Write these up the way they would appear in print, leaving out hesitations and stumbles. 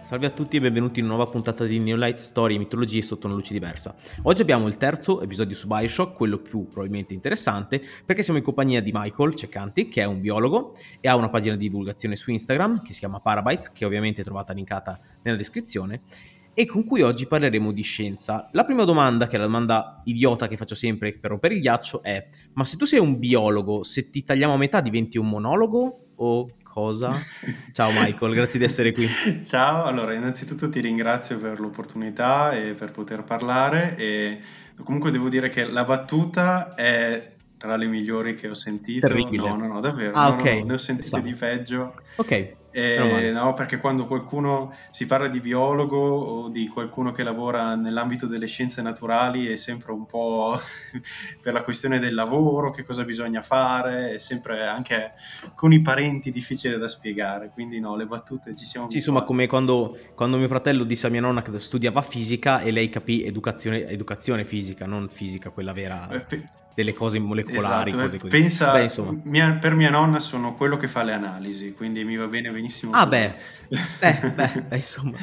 Salve a tutti e benvenuti in una nuova puntata di Neolight Storie, mitologie sotto una luce diversa. Oggi abbiamo il terzo episodio su Bioshock, quello più probabilmente interessante, perché siamo in compagnia di Michael Ceccanti, che è un biologo e ha una pagina di divulgazione su Instagram che si chiama Parabytes, che ovviamente trovate linkata nella descrizione, e con cui oggi parleremo di scienza. La prima domanda, che è la domanda idiota che faccio sempre per rompere il ghiaccio, è: ma se tu sei un biologo, se ti tagliamo a metà diventi un monologo o cosa? Ciao Michael, grazie di essere qui. Ciao, allora innanzitutto ti ringrazio per l'opportunità e per poter parlare e comunque devo dire che la battuta è tra le migliori che ho sentito. No, Terribile. no, no, davvero, Ah, no, no, no, ne ok, ho sentite di pensavo. peggio. Ok, meno male. No, perché quando qualcuno si parla di biologo o di qualcuno che lavora nell'ambito delle scienze naturali è sempre un po' per la questione del lavoro, che cosa bisogna fare, è sempre anche con i parenti difficile da spiegare, quindi no, le battute ci siamo Sì, insomma, abituati. come quando mio fratello disse a mia nonna che studiava fisica e lei capì educazione fisica, non fisica, quella vera, Eh, pe- delle cose molecolari, Esatto, cose così. Beh, pensa, insomma. per mia nonna sono quello che fa le analisi, quindi mi va bene benissimo Ah, così. beh, insomma.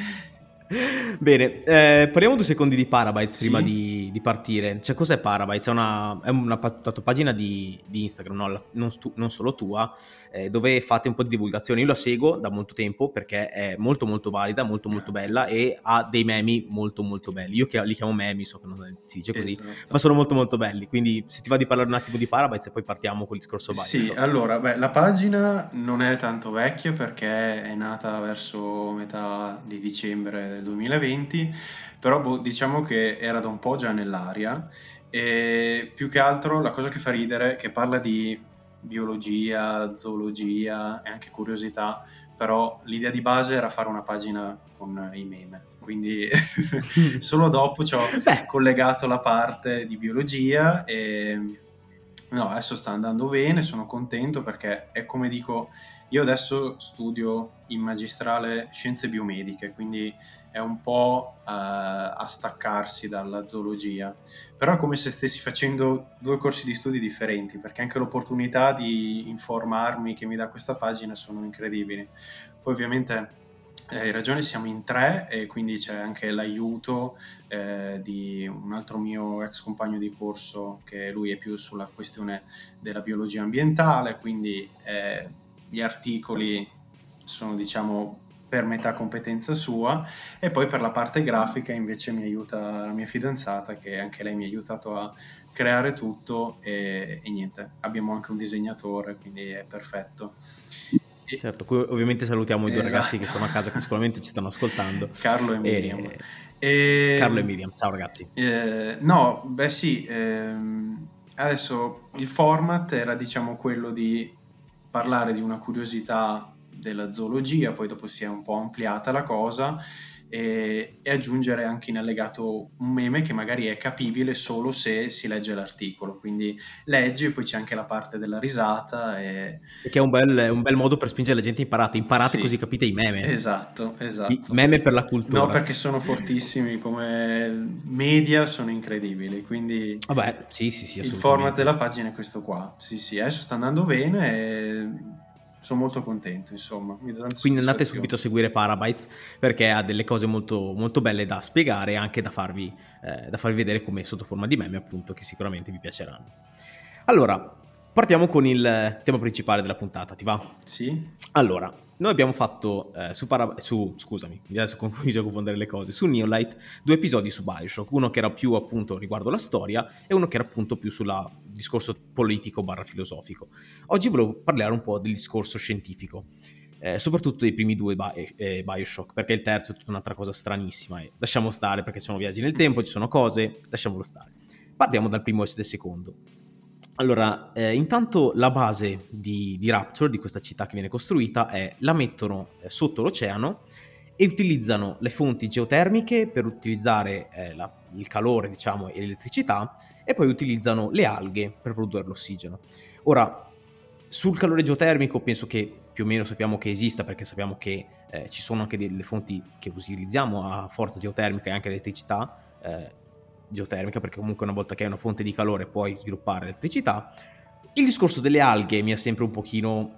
Bene, parliamo 2 secondi di Parabytes prima Sì? di partire. Cioè, cos'è Parabytes? È una tua pagina di Instagram, no? Non solo tua, dove fate un po' di divulgazione. Io la seguo da molto tempo perché è molto molto valida, molto molto Grazie. bella e ha dei memi molto molto belli. Io che li chiamo memi, so che non si dice così, ma Esatto. sono molto molto belli. Quindi se ti va di parlare un attimo di Parabytes e poi partiamo col discorso Sì, Bioshock. allora, beh, la pagina non è tanto vecchia perché è nata verso metà di dicembre del 2020, però boh, diciamo che era da un po' già nell'aria e più che altro la cosa che fa ridere è che parla di biologia, zoologia e anche curiosità, però l'idea di base era fare una pagina con i meme, quindi solo dopo ci ho Beh, collegato la parte di biologia e no, adesso sta andando bene, sono contento perché è come dico, io adesso studio in magistrale scienze biomediche, quindi è un po' a staccarsi dalla zoologia, però è come se stessi facendo 2 corsi di studi differenti, perché anche l'opportunità di informarmi che mi dà questa pagina sono incredibili. Poi ovviamente hai ragione, siamo in tre e quindi c'è anche l'aiuto di un altro mio ex compagno di corso che lui è più sulla questione della biologia ambientale, quindi gli articoli sono diciamo per metà competenza sua e poi per la parte grafica invece mi aiuta la mia fidanzata che anche lei mi ha aiutato a creare tutto e niente, abbiamo anche un disegnatore quindi è perfetto. E- certo, ovviamente salutiamo i due ragazzi che esatto. sono a casa, che sicuramente ci stanno ascoltando. Carlo e Miriam. E... Carlo e E, Miriam, ciao ragazzi. no, beh sì, adesso il format era diciamo quello di parlare di una curiosità della zoologia, poi dopo si è un po' ampliata la cosa e aggiungere anche in allegato un meme che magari è capibile solo se si legge l'articolo, quindi leggi e poi c'è anche la parte della risata e E che è un bel modo per spingere la gente imparate così sì, capite i meme. esatto, I esatto. meme per la No, cultura. perché sono fortissimi come media, sono incredibili, quindi Vabbè, sì, sì, sì, il format assolutamente. della pagina è questo qua. Sì, sì, adesso sta andando bene e sono molto contento, insomma, mi dà tante Quindi andate soddisfazioni. subito a seguire Parabytes perché ha delle cose molto, molto belle da spiegare e anche da farvi vedere come sotto forma di meme, appunto, che sicuramente vi piaceranno. Allora, partiamo con il tema principale della puntata, ti va? Sì? Allora, noi abbiamo fatto scusami, adesso comincio a confondere le cose, su Neolight 2 episodi su Bioshock, uno che era più appunto riguardo la storia e uno che era appunto più sul discorso politico barra filosofico. Oggi volevo parlare un po' del discorso scientifico, soprattutto dei primi due Bioshock, perché il terzo è tutta un'altra cosa stranissima e lasciamo stare perché ci sono viaggi nel tempo, ci sono cose, lasciamolo stare. Partiamo dal primo e del secondo. Allora, intanto la base di Rapture, di questa città che viene costruita, la mettono sotto l'oceano e utilizzano le fonti geotermiche per utilizzare il calore, diciamo, e l'elettricità, e poi utilizzano le alghe per produrre l'ossigeno. Ora, sul calore geotermico penso che più o meno sappiamo che esista, perché sappiamo che ci sono anche delle fonti che utilizziamo a forza geotermica e anche elettricità geotermica, perché comunque una volta che hai una fonte di calore puoi sviluppare elettricità. Il discorso delle alghe mi ha sempre un pochino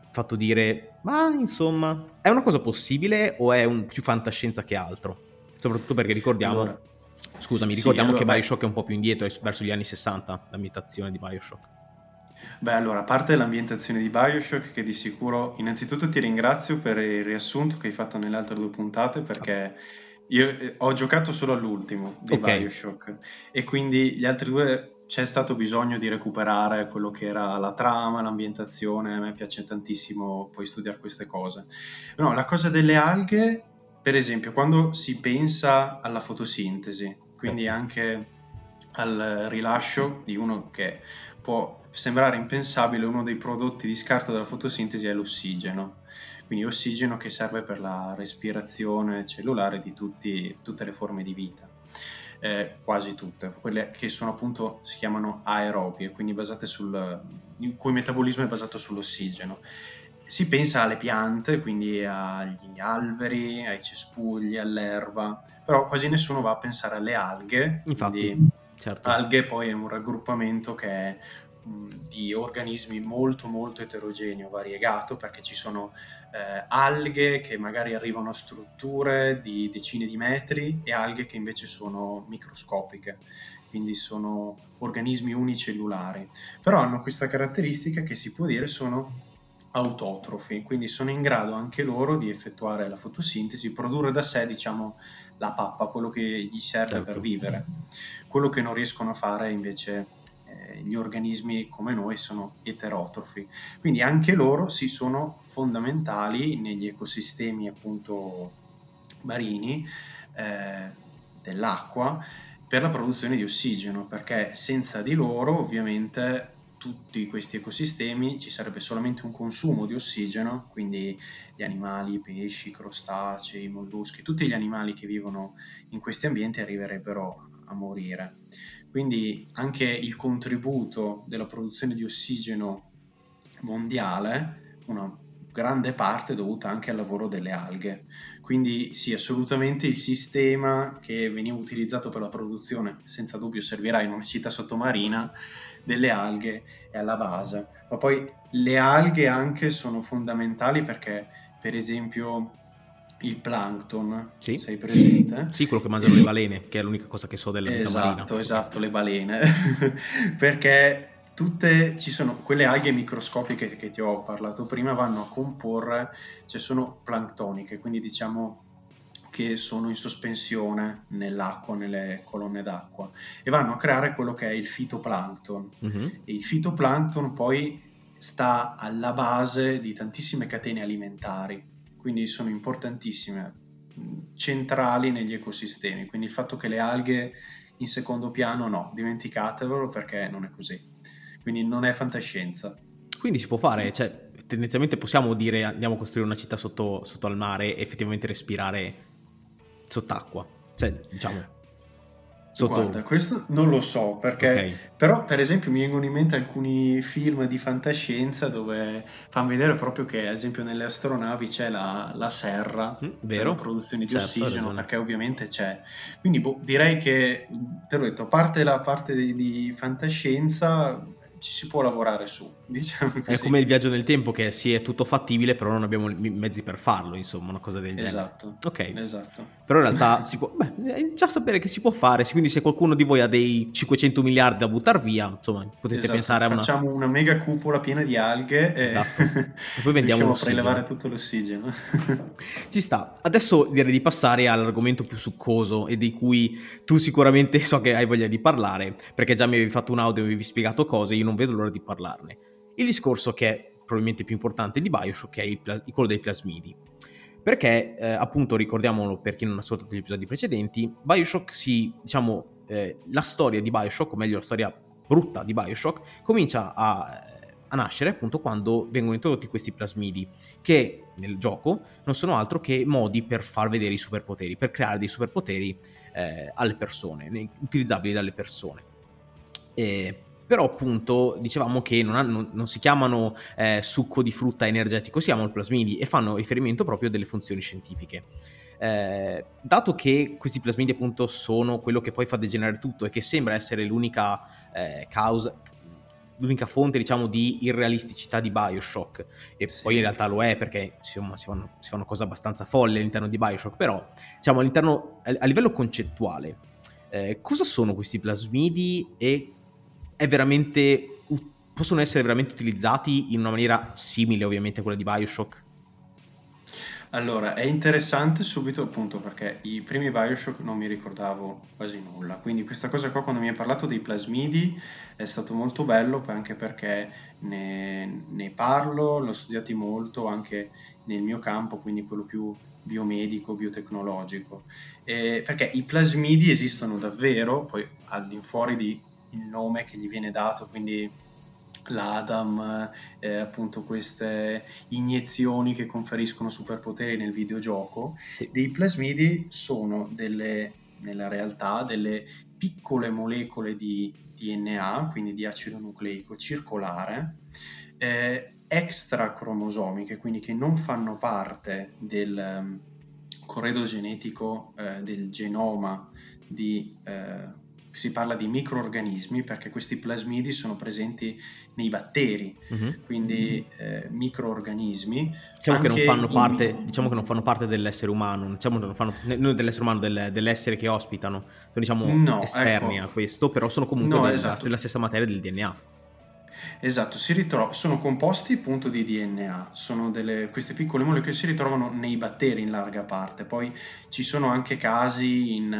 fatto dire, ma insomma, è una cosa possibile o è più fantascienza che altro? Soprattutto perché ricordiamo, Allora, scusami, sì, ricordiamo allora, che beh, Bioshock è un po' più indietro, è verso gli anni 60, l'ambientazione di Bioshock. Beh, allora, a parte l'ambientazione di BioShock, che di sicuro, innanzitutto ti ringrazio per il riassunto che hai fatto nelle altre due puntate, perché io ho giocato solo all'ultimo di Ok, BioShock e quindi gli altri due c'è stato bisogno di recuperare quello che era la trama, l'ambientazione, a me piace tantissimo poi studiare queste cose. No, la cosa delle alghe, per esempio, quando si pensa alla fotosintesi, quindi ok, anche al rilascio di uno che può sembrare impensabile, uno dei prodotti di scarto della fotosintesi è l'ossigeno, quindi ossigeno che serve per la respirazione cellulare di tutte le forme di vita. Quasi tutte, quelle che sono appunto si chiamano aerobie, quindi il cui metabolismo è basato sull'ossigeno. Si pensa alle piante, quindi agli alberi, ai cespugli, all'erba, però quasi nessuno va a pensare alle alghe, infatti, quindi certo, alghe poi è un raggruppamento che è di organismi molto molto eterogeneo, variegato, perché ci sono alghe che magari arrivano a strutture di decine di metri e alghe che invece sono microscopiche, quindi sono organismi unicellulari, però hanno questa caratteristica che si può dire sono autotrofi, quindi sono in grado anche loro di effettuare la fotosintesi, produrre da sé, diciamo, la pappa, quello che gli serve per certo. vivere. Quello che non riescono a fare invece gli organismi come noi sono eterotrofi, quindi anche loro si sono fondamentali negli ecosistemi appunto marini dell'acqua per la produzione di ossigeno, perché senza di loro ovviamente tutti questi ecosistemi ci sarebbe solamente un consumo di ossigeno, quindi gli animali, i pesci, i crostacei, i molluschi, tutti gli animali che vivono in questi ambienti arriverebbero a morire. Quindi anche il contributo della produzione di ossigeno mondiale, una grande parte è dovuta anche al lavoro delle alghe. Quindi sì, assolutamente il sistema che veniva utilizzato per la produzione, senza dubbio servirà in una città sottomarina, delle alghe è alla base. Ma poi le alghe anche sono fondamentali perché, per esempio, il plankton, Sì? sei presente? Sì, quello che mangiano le E balene, che è l'unica cosa che so della vita marina. esatto, esatto, le balene, perché ci sono quelle alghe microscopiche che ti ho parlato prima, vanno a comporre, cioè sono planctoniche, quindi diciamo che sono in sospensione nell'acqua, nelle colonne d'acqua, e vanno a creare quello che è il fitoplancton. Mhm. E il fitoplancton poi sta alla base di tantissime catene alimentari, quindi sono importantissime, centrali negli ecosistemi, quindi il fatto che le alghe in secondo piano no, dimenticatevelo perché non è così, quindi non è fantascienza. Quindi si può fare, cioè, tendenzialmente possiamo dire andiamo a costruire una città sotto al mare e effettivamente respirare sott'acqua. Cioè, diciamo, Guarda, sotto... questo non lo so Ok, perché, però, per esempio, mi vengono in mente alcuni film di fantascienza dove fanno vedere proprio che, ad esempio, nelle astronavi c'è la serra per la vero? produzione di Certo, hai ossigeno, ragione. perché ovviamente c'è. Quindi, boh, direi che, te l'ho detto, a parte la parte di fantascienza, ci si può lavorare su, diciamo È come così. il viaggio nel tempo che sì, è tutto fattibile, però non abbiamo i mezzi per farlo, insomma, una cosa del genere. Esatto, Ok. esatto. Però in realtà si può, beh, già sapere che si può fare, quindi se qualcuno di voi ha dei 500 miliardi da buttare via, insomma, potete Esatto, pensare a una... facciamo una mega cupola piena di alghe e Esatto. E poi vendiamo riusciamo a prelevare l'ossigeno. tutto l'ossigeno. Ci sta. Adesso direi di passare all'argomento più succoso e di cui tu sicuramente so che hai voglia di parlare, perché già mi avevi fatto un audio e mi avevi spiegato cose, io non vedo l'ora di parlarne. Il discorso che è probabilmente più importante di Bioshock è quello dei plasmidi. Perché, appunto, ricordiamolo per chi non ha ascoltato gli episodi precedenti, Bioshock la storia di Bioshock, o meglio la storia brutta di Bioshock, comincia a nascere appunto quando vengono introdotti questi plasmidi, che nel gioco non sono altro che modi per far vedere i superpoteri, per creare dei superpoteri alle persone, utilizzabili dalle persone. Però appunto dicevamo che non si chiamano succo di frutta energetico, si chiamano plasmidi e fanno riferimento proprio a delle funzioni scientifiche. Dato che questi plasmidi appunto sono quello che poi fa degenerare tutto e che sembra essere l'unica causa, l'unica fonte, diciamo, di irrealisticità di BioShock, e Sì. poi in realtà lo è, perché insomma si fanno cose abbastanza folli all'interno di BioShock, però diciamo all'interno, a livello concettuale, cosa sono questi plasmidi e è veramente, possono essere veramente utilizzati in una maniera simile ovviamente a quella di BioShock? Allora, è interessante subito appunto perché i primi BioShock non mi ricordavo quasi nulla, quindi questa cosa qua quando mi hai parlato dei plasmidi è stato molto bello anche perché ne parlo, l'ho studiati molto anche nel mio campo, quindi quello più biomedico, biotecnologico. Perché i plasmidi esistono davvero, poi all'infuori di il nome che gli viene dato, quindi l'Adam, appunto queste iniezioni che conferiscono superpoteri nel videogioco, Sì. dei plasmidi sono nella realtà delle piccole molecole di DNA, quindi di acido nucleico circolare, extracromosomiche, quindi che non fanno parte del corredo genetico del genoma si parla di microorganismi perché questi plasmidi sono presenti nei batteri, Mhm. quindi microorganismi Diciamo che non anche fanno parte, diciamo che non fanno parte dell'essere umano, diciamo che non fanno, non dell'essere umano, dell'essere che ospitano, sono diciamo no, esterni ecco, a questo, però sono comunque no, della esatto, stessa materia del DNA. esatto, sono composti appunto di DNA, sono queste piccole molecole che si ritrovano nei batteri in larga parte, poi ci sono anche casi in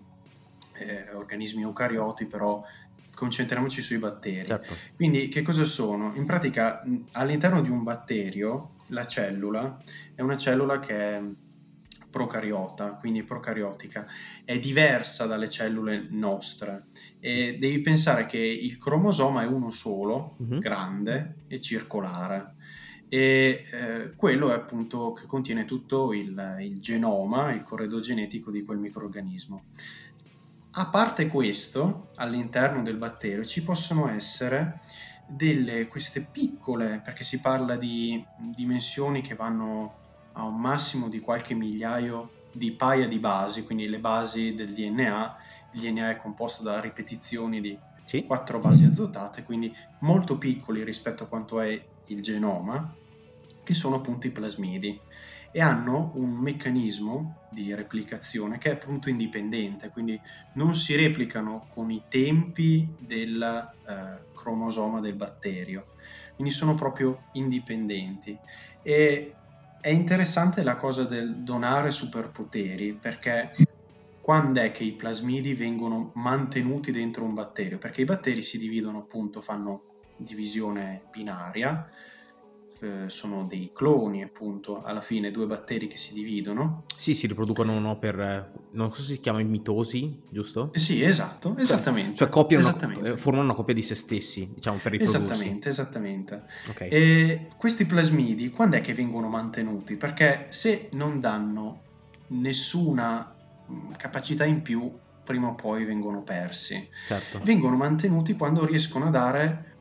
organismi eucarioti, però concentriamoci sui batteri. Certo. Quindi che cosa sono? In pratica all'interno di un batterio la cellula è una cellula che è procariota, quindi procariotica, è diversa dalle cellule nostre e devi pensare che il cromosoma è uno solo, Mhm. grande e circolare e quello è appunto che contiene tutto il genoma, il corredo genetico di quel microrganismo. A parte questo, all'interno del batterio ci possono essere queste piccole, perché si parla di dimensioni che vanno a un massimo di qualche migliaio di paia di basi, quindi le basi del DNA. Il DNA è composto da ripetizioni di Sì? 4 basi azotate, quindi molto piccoli rispetto a quanto è il genoma, che sono appunto i plasmidi e hanno un meccanismo di replicazione che è appunto indipendente, quindi non si replicano con i tempi del cromosoma del batterio, quindi sono proprio indipendenti. E è interessante la cosa del donare superpoteri perché quando è che i plasmidi vengono mantenuti dentro un batterio? Perché i batteri si dividono appunto, fanno divisione binaria, sono dei cloni appunto, alla fine due batteri che si dividono. Sì, si riproducono, no, per, non so se si chiama mitosi, giusto? Sì, esatto, Cioè esattamente, copiano esattamente. formano una copia di se stessi, diciamo, per riprodursi. Esattamente, esattamente. Ok. E questi plasmidi quando è che vengono mantenuti? Perché se non danno nessuna capacità in più, prima o poi vengono persi. Certo. Vengono mantenuti quando riescono a dare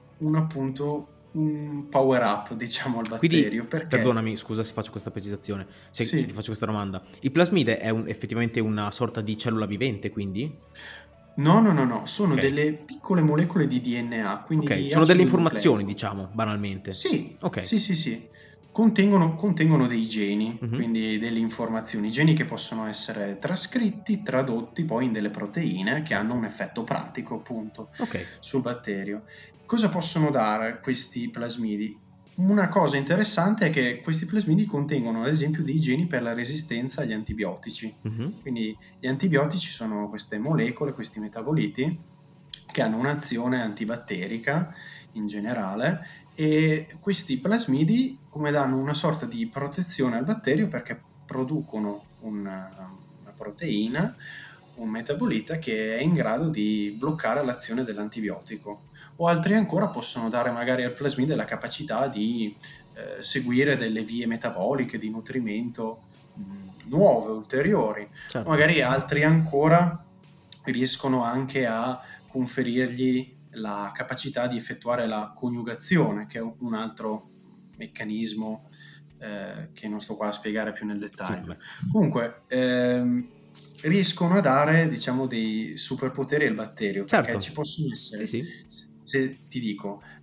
un power up, diciamo, al Quindi, batterio. Perché? perdonami, scusa se faccio questa precisazione, se ti Sì. faccio questa domanda. Il plasmide è effettivamente una sorta di cellula vivente, quindi? No, no, no, no, sono Ok. delle piccole molecole di DNA, quindi Ok, di sono delle acido informazioni, nucleico. diciamo, banalmente. Sì, Ok. sì, sì, sì. Contengono dei geni, Mhm. quindi delle informazioni, geni che possono essere trascritti, tradotti poi in delle proteine che hanno Certo. un effetto pratico, appunto, Ok. sul batterio. Cosa possono dare questi plasmidi? Una cosa interessante è che questi plasmidi contengono, ad esempio, dei geni per la resistenza agli antibiotici. Mhm. Quindi gli antibiotici sono queste molecole, questi metaboliti che hanno un'azione antibatterica in generale e questi plasmidi come danno una sorta di protezione al batterio perché producono una proteina, un metabolita che è in grado di bloccare l'azione dell'antibiotico. O altri ancora possono dare magari al plasmide la capacità di seguire delle vie metaboliche di nutrimento nuove, ulteriori. Certo. Magari altri ancora riescono anche a conferirgli la capacità di effettuare la coniugazione, che è un altro meccanismo che non sto qua a spiegare più nel Sì, dettaglio. vabbè. Comunque, riescono a dare, diciamo, dei superpoteri al batterio, perché ci Certo. possono Sì, essere, sì. se ti dico,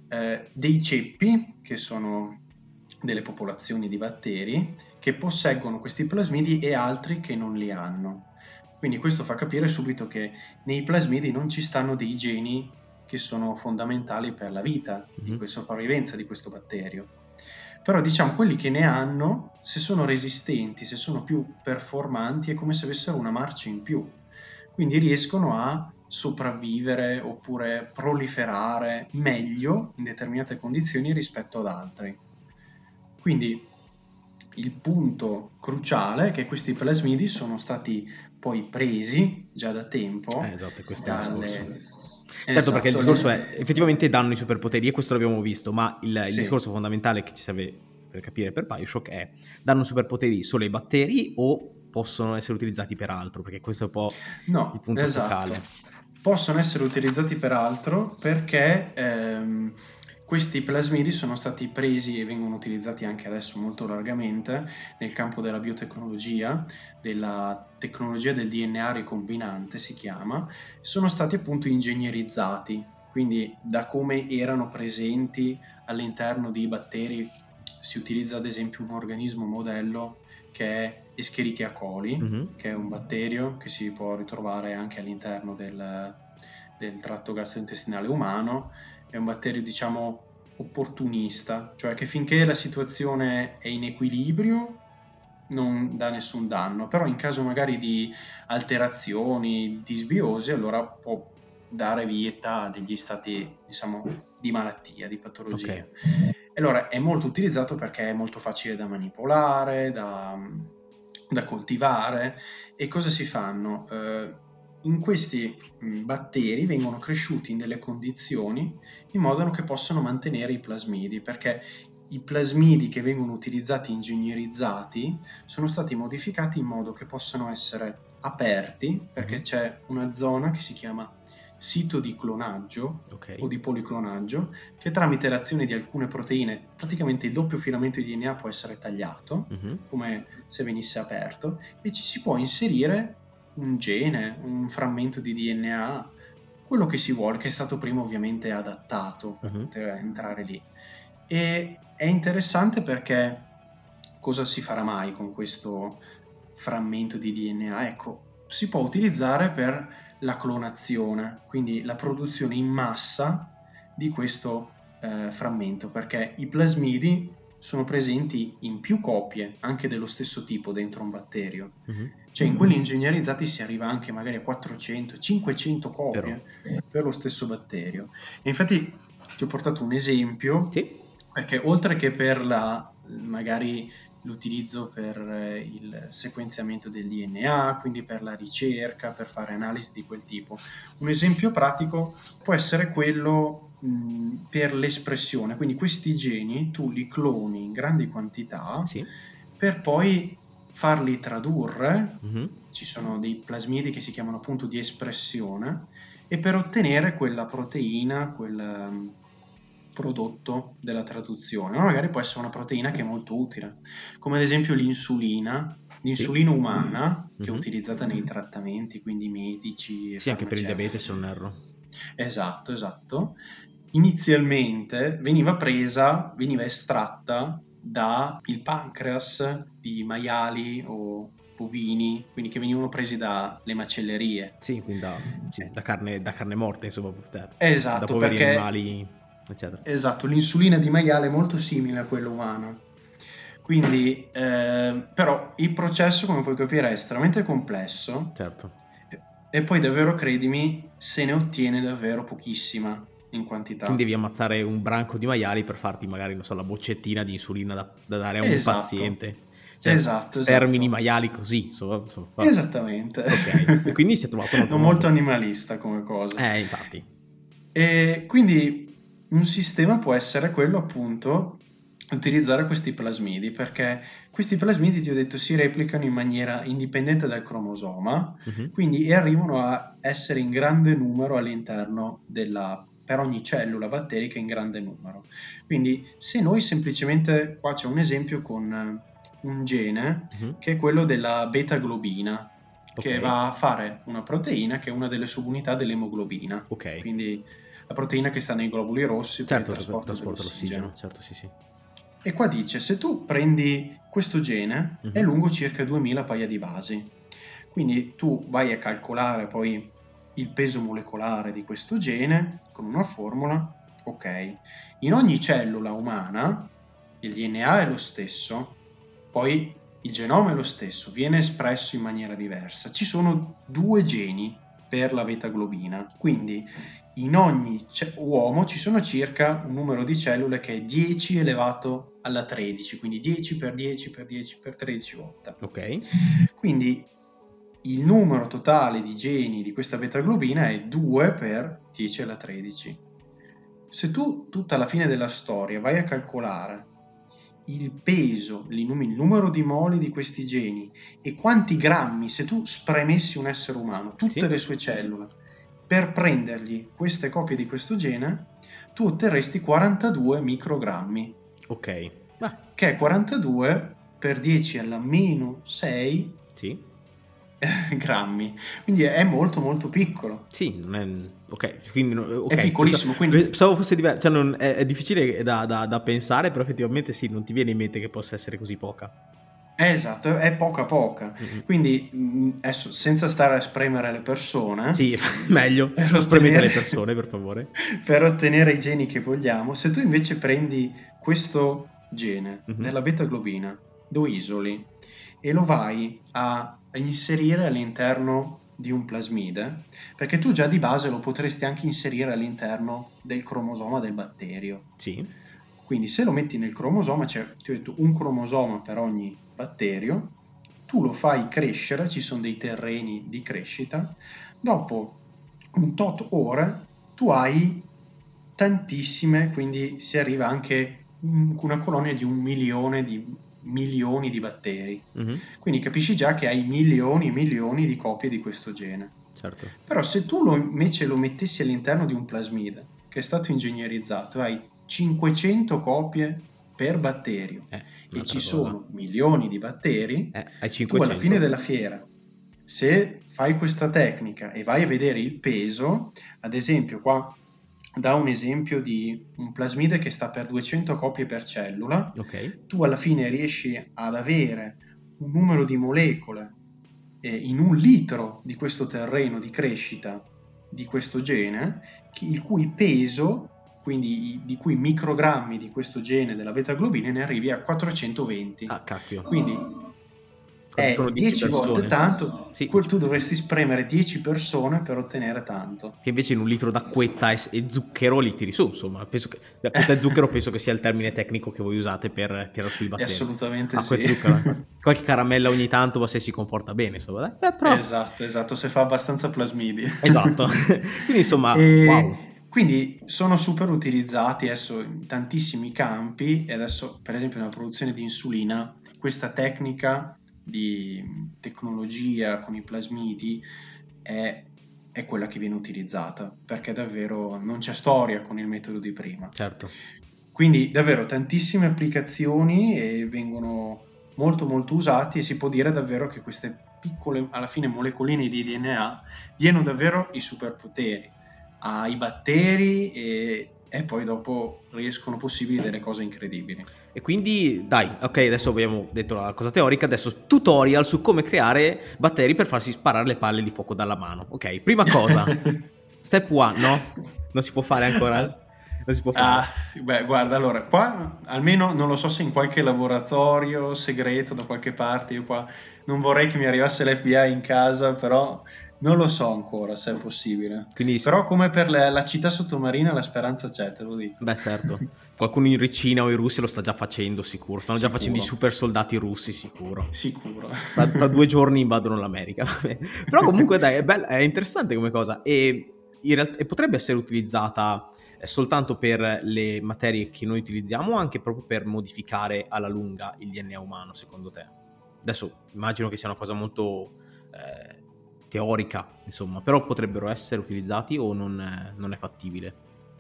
dei ceppi, che sono delle popolazioni di batteri, che posseggono questi plasmidi e altri che non li hanno. Quindi questo fa capire subito che nei plasmidi non ci stanno dei geni che sono fondamentali per la vita, di questa sopravvivenza di questo batterio. Però diciamo quelli che ne hanno, se sono resistenti, se sono più performanti, è come se avessero una marcia in più. Quindi riescono a sopravvivere oppure proliferare meglio in determinate condizioni rispetto ad altri. Quindi il punto cruciale è che questi plasmidi sono stati poi presi già da tempo. Esatto, questo è il discorso. Certo, Esatto, perché il discorso è effettivamente danno i superpoteri e questo l'abbiamo visto, ma il Sì. discorso fondamentale che ci serve per capire per Bioshock è: danno superpoteri solo ai batteri o possono essere utilizzati per altro? Perché questo è un po' il punto focale. Possono essere utilizzati per altro perché questi plasmidi sono stati presi e vengono utilizzati anche adesso molto largamente nel campo della biotecnologia, della tecnologia del DNA ricombinante si chiama, sono stati appunto ingegnerizzati, quindi da come erano presenti all'interno di batteri si utilizza ad esempio un organismo modello che è Escherichia coli, che è un batterio che si può ritrovare anche all'interno del tratto gastrointestinale umano. È un batterio, diciamo, opportunista, cioè che finché la situazione è in equilibrio non dà nessun danno, però in caso magari di alterazioni, disbiosi, allora può dare vita a degli stati, diciamo, di malattia, di patologia. Okay. E allora è molto utilizzato perché è molto facile da manipolare, da coltivare. E cosa si fanno? In questi batteri vengono cresciuti in delle condizioni in modo che possano mantenere i plasmidi, perché i plasmidi che vengono utilizzati ingegnerizzati sono stati modificati in modo che possano essere aperti, perché c'è una zona che si chiama sito di clonaggio o di policlonaggio, che tramite l'azione di alcune proteine, praticamente il doppio filamento di DNA può essere tagliato, come se venisse aperto, e ci si può inserire un gene, un frammento di DNA, quello che si vuole, che è stato prima ovviamente adattato per poter entrare lì. E è interessante perché cosa si farà mai con questo frammento di DNA? Ecco, si può utilizzare per la clonazione, quindi la produzione in massa di questo frammento, perché i plasmidi sono presenti in più copie, anche dello stesso tipo dentro un batterio. Cioè in quelli ingegnerizzati si arriva anche magari a 400, 500 copie per lo stesso batterio. E infatti ti ho portato un esempio, perché oltre che per magari l'utilizzo per il sequenziamento del DNA, quindi per la ricerca, per fare analisi di quel tipo, un esempio pratico può essere quello per l'espressione. Quindi questi geni tu li cloni in grandi quantità per poi farli tradurre. Ci sono dei plasmidi che si chiamano appunto di espressione, e per ottenere quella proteina, quel prodotto della traduzione, ma magari può essere una proteina che è molto utile, come ad esempio l'insulina umana, che è utilizzata nei trattamenti, quindi medici e anche per il diabete, se non erro. Esatto. Inizialmente veniva estratta dal pancreas di maiali o bovini, quindi che venivano presi dalle macellerie. Sì, quindi da carne morta, insomma, esatto, da poveri perché, animali, eccetera. Esatto, l'insulina di maiale è molto simile a quella umana. Quindi, però il processo, come puoi capire, è estremamente complesso. Certo. E poi davvero, credimi, se ne ottiene davvero pochissima in quantità. Quindi devi ammazzare un branco di maiali per farti magari, non so, la boccettina di insulina da dare a un paziente. Cioè, stermini maiali così. Esattamente. Ok, e quindi si è trovato non molto animalista come cosa. Infatti. E quindi un sistema può essere quello, appunto, utilizzare questi plasmidi, perché questi plasmidi, ti ho detto, si replicano in maniera indipendente dal cromosoma, quindi arrivano a essere in grande numero all'interno per ogni cellula batterica in grande numero. Quindi se noi semplicemente, qua c'è un esempio con un gene che è quello della beta-globina, che va a fare una proteina che è una delle subunità dell'emoglobina. Quindi la proteina che sta nei globuli rossi per il Certo, per trasporto trasporta dell'ossigeno. l'ossigeno, certo, sì. E qua dice, se tu prendi questo gene, è lungo circa 2000 paia di basi. Quindi tu vai a calcolare poi il peso molecolare di questo gene con una formula. Ok, in ogni cellula umana il DNA è lo stesso, poi il genoma è lo stesso, viene espresso in maniera diversa. Ci sono 2 geni per la beta-globina, quindi in ogni uomo ci sono circa un numero di cellule che è 10 elevato alla 13, quindi 10 per 10 per 10 per 13 volte. Ok. Quindi il numero totale di geni di questa beta-globina è 2 per 10 alla 13. Se tu tutta la fine della storia vai a calcolare il peso, il numero di moli di questi geni e quanti grammi, se tu spremessi un essere umano, tutte le sue cellule, per prendergli queste copie di questo gene, tu otterresti 42 microgrammi. Ok. Che è 42 per 10 alla meno 6 grammi. Quindi è molto molto piccolo. Sì, non è... Ok, quindi... Okay. È piccolissimo, quindi... Pensavo fosse diverso, cioè non... è difficile da pensare, però effettivamente sì, non ti viene in mente che possa essere così poca. Esatto, è poca. Quindi adesso, senza stare a spremere le persone, sì, meglio, non spremete le persone per favore, per ottenere i geni che vogliamo. Se tu invece prendi questo gene della beta-globina, lo isoli e lo vai a inserire all'interno di un plasmide, perché tu già di base lo potresti anche inserire all'interno del cromosoma del batterio. Sì. Quindi se lo metti nel cromosoma, ti ho detto un cromosoma per ogni batterio, tu lo fai crescere, ci sono dei terreni di crescita, dopo un tot ore tu hai tantissime, quindi si arriva anche a una colonia di 1 milione di milioni di batteri. Quindi capisci già che hai milioni e milioni di copie di questo gene. Certo. Però se tu invece lo mettessi all'interno di un plasmide che è stato ingegnerizzato, hai 500 copie per batterio e ci sono milioni di batteri, tu alla fine della fiera, se fai questa tecnica e vai a vedere il peso, ad esempio qua dà un esempio di un plasmide che sta per 200 copie per cellula, tu alla fine riesci ad avere un numero di molecole in 1 litro di questo terreno di crescita di questo gene, il cui peso, quindi di cui microgrammi di questo gene della beta-globina, ne arrivi a 420. Ah, cacchio. Quindi è 10 volte tanto. Sì. Tu dovresti spremere 10 persone per ottenere tanto. Che invece in un litro d'acquetta e zucchero li tiri su, insomma. Penso che l'acquetta e zucchero penso che sia il termine tecnico che voi usate per tirare sui batteri. Assolutamente sì. Qualche caramella ogni tanto, ma se si comporta bene, insomma. Però... Esatto, se fa abbastanza plasmidi. Esatto. Quindi insomma, wow. Quindi sono super utilizzati adesso in tantissimi campi, e adesso per esempio nella produzione di insulina questa tecnica di tecnologia con i plasmidi è quella che viene utilizzata, perché davvero non c'è storia con il metodo di prima. Certo. Quindi davvero tantissime applicazioni e vengono molto molto usati, e si può dire davvero che queste piccole alla fine molecoline di DNA diano davvero i superpoteri ai batteri e poi dopo riescono possibili delle cose incredibili. E quindi dai, ok, adesso abbiamo detto la cosa teorica, adesso tutorial su come creare batteri per farsi sparare le palle di fuoco dalla mano. Ok, prima cosa, step 1, no? Non si può fare ancora? Non si può fare. Beh, guarda, allora, qua almeno non lo so se in qualche laboratorio segreto da qualche parte, io qua non vorrei che mi arrivasse l'FBI in casa, però non lo so ancora se è possibile. Quindi, però come per la città sottomarina la speranza c'è, te lo dico. Beh, certo. Qualcuno in Cina o in Russia lo sta già facendo, sicuro. Stanno già facendo i super soldati russi, sicuro. Tra 2 giorni invadono l'America. Però comunque dai, è interessante come cosa. E potrebbe essere utilizzata soltanto per le materie che noi utilizziamo o anche proprio per modificare alla lunga il DNA umano, secondo te? Adesso immagino che sia una cosa molto teorica, insomma, però potrebbero essere utilizzati o non è fattibile?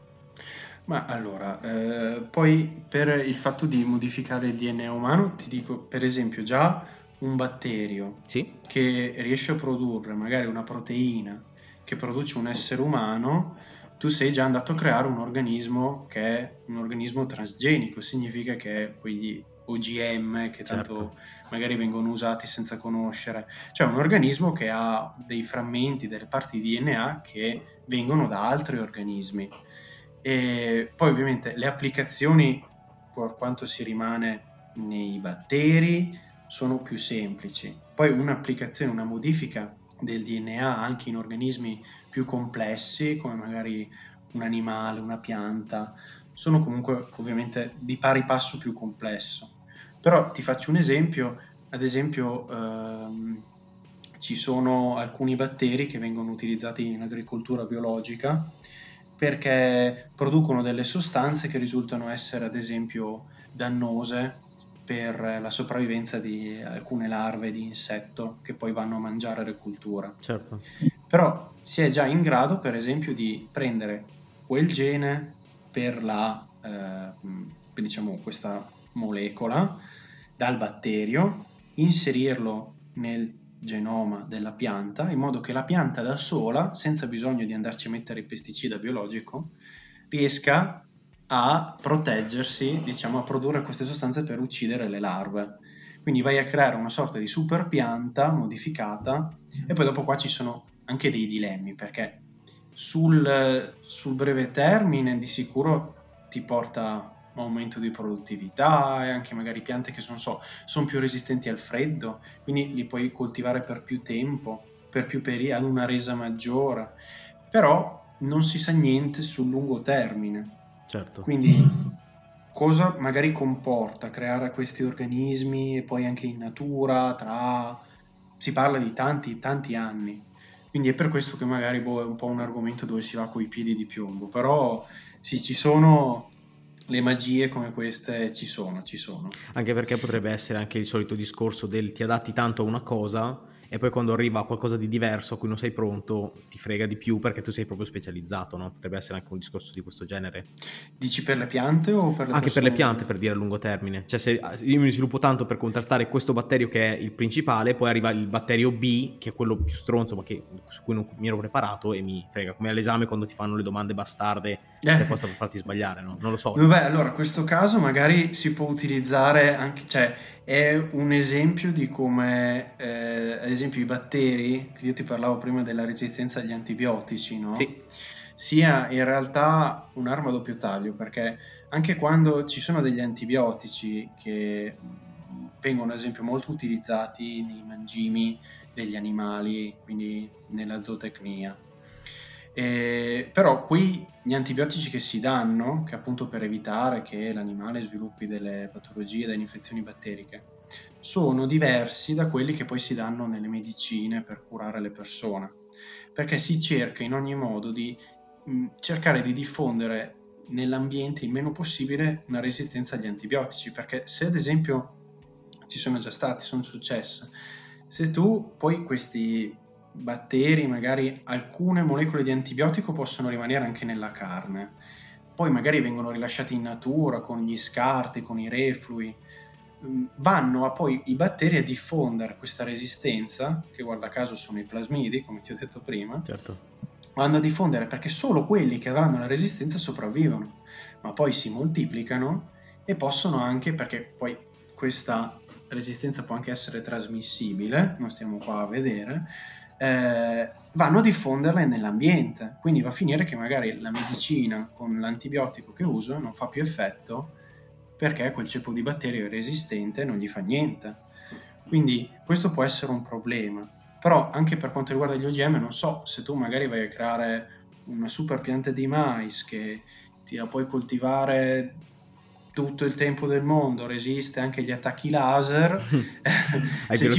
Ma allora, poi per il fatto di modificare il DNA umano, ti dico, per esempio, già un batterio che riesce a produrre magari una proteina che produce un essere umano, tu sei già andato a creare un organismo che è un organismo transgenico, significa che quegli OGM che tanto magari vengono usati senza conoscere, cioè un organismo che ha dei frammenti, delle parti di DNA che vengono da altri organismi. E poi ovviamente le applicazioni, per quanto si rimane nei batteri, sono più semplici. Poi un'applicazione, una modifica del DNA anche in organismi più complessi, come magari un animale, una pianta, sono comunque ovviamente di pari passo più complesso. Però ti faccio un esempio, ad esempio ci sono alcuni batteri che vengono utilizzati in agricoltura biologica perché producono delle sostanze che risultano essere ad esempio dannose per la sopravvivenza di alcune larve di insetto che poi vanno a mangiare le colture. Certo. Però si è già in grado, per esempio, di prendere quel gene per diciamo, questa molecola dal batterio, inserirlo nel genoma della pianta, in modo che la pianta da sola, senza bisogno di andarci a mettere il pesticida biologico, riesca a proteggersi, diciamo, a produrre queste sostanze per uccidere le larve. Quindi vai a creare una sorta di super pianta modificata e poi dopo qua ci sono anche dei dilemmi, perché sul breve termine di sicuro ti porta aumento di produttività e anche magari piante che sono più resistenti al freddo, quindi li puoi coltivare per più tempo, per più periodi, ad una resa maggiore, però non si sa niente sul lungo termine. Certo. Quindi cosa magari comporta creare questi organismi e poi anche in natura, si parla di tanti anni. Quindi è per questo che magari è un po' un argomento dove si va coi piedi di piombo, però sì, ci sono le magie come queste, ci sono. Anche perché potrebbe essere anche il solito discorso del ti adatti tanto a una cosa e poi quando arriva qualcosa di diverso a cui non sei pronto ti frega di più perché tu sei proprio specializzato, no? Potrebbe essere anche un discorso di questo genere. Dici per le piante o per le Anche per le persone? piante, per dire a lungo termine. Cioè se io mi sviluppo tanto per contrastare questo batterio che è il principale, poi arriva il batterio B, che è quello più stronzo, ma su cui non mi ero preparato e mi frega. Come all'esame quando ti fanno le domande bastarde apposta per farti sbagliare, no? Non lo so. Vabbè, allora, questo caso magari si può utilizzare anche, cioè è un esempio di come, ad esempio, i batteri, io ti parlavo prima della resistenza agli antibiotici, no? Sì. Sia in realtà un'arma a doppio taglio, perché anche quando ci sono degli antibiotici che vengono, ad esempio, molto utilizzati nei mangimi degli animali, quindi nella zootecnia, però gli antibiotici che si danno, che appunto per evitare che l'animale sviluppi delle patologie, delle infezioni batteriche, sono diversi da quelli che poi si danno nelle medicine per curare le persone, perché si cerca in ogni modo di cercare di diffondere nell'ambiente il meno possibile una resistenza agli antibiotici, perché se ad esempio sono successe, se tu poi questi batteri, magari alcune molecole di antibiotico possono rimanere anche nella carne, poi magari vengono rilasciati in natura con gli scarti, con i reflui, vanno poi i batteri a diffondere questa resistenza, che guarda caso sono i plasmidi, come ti ho detto prima, certo. vanno a diffondere perché solo quelli che avranno la resistenza sopravvivono, ma poi si moltiplicano e possono anche, perché poi questa resistenza può anche essere trasmissibile, non stiamo qua a vedere, vanno a diffonderle nell'ambiente, quindi va a finire che magari la medicina con l'antibiotico che uso non fa più effetto perché quel ceppo di batterio è resistente e non gli fa niente. Quindi questo può essere un problema. Però anche per quanto riguarda gli OGM, non so, se tu magari vai a creare una super pianta di mais che ti la puoi coltivare tutto il tempo del mondo, resiste anche agli attacchi laser, se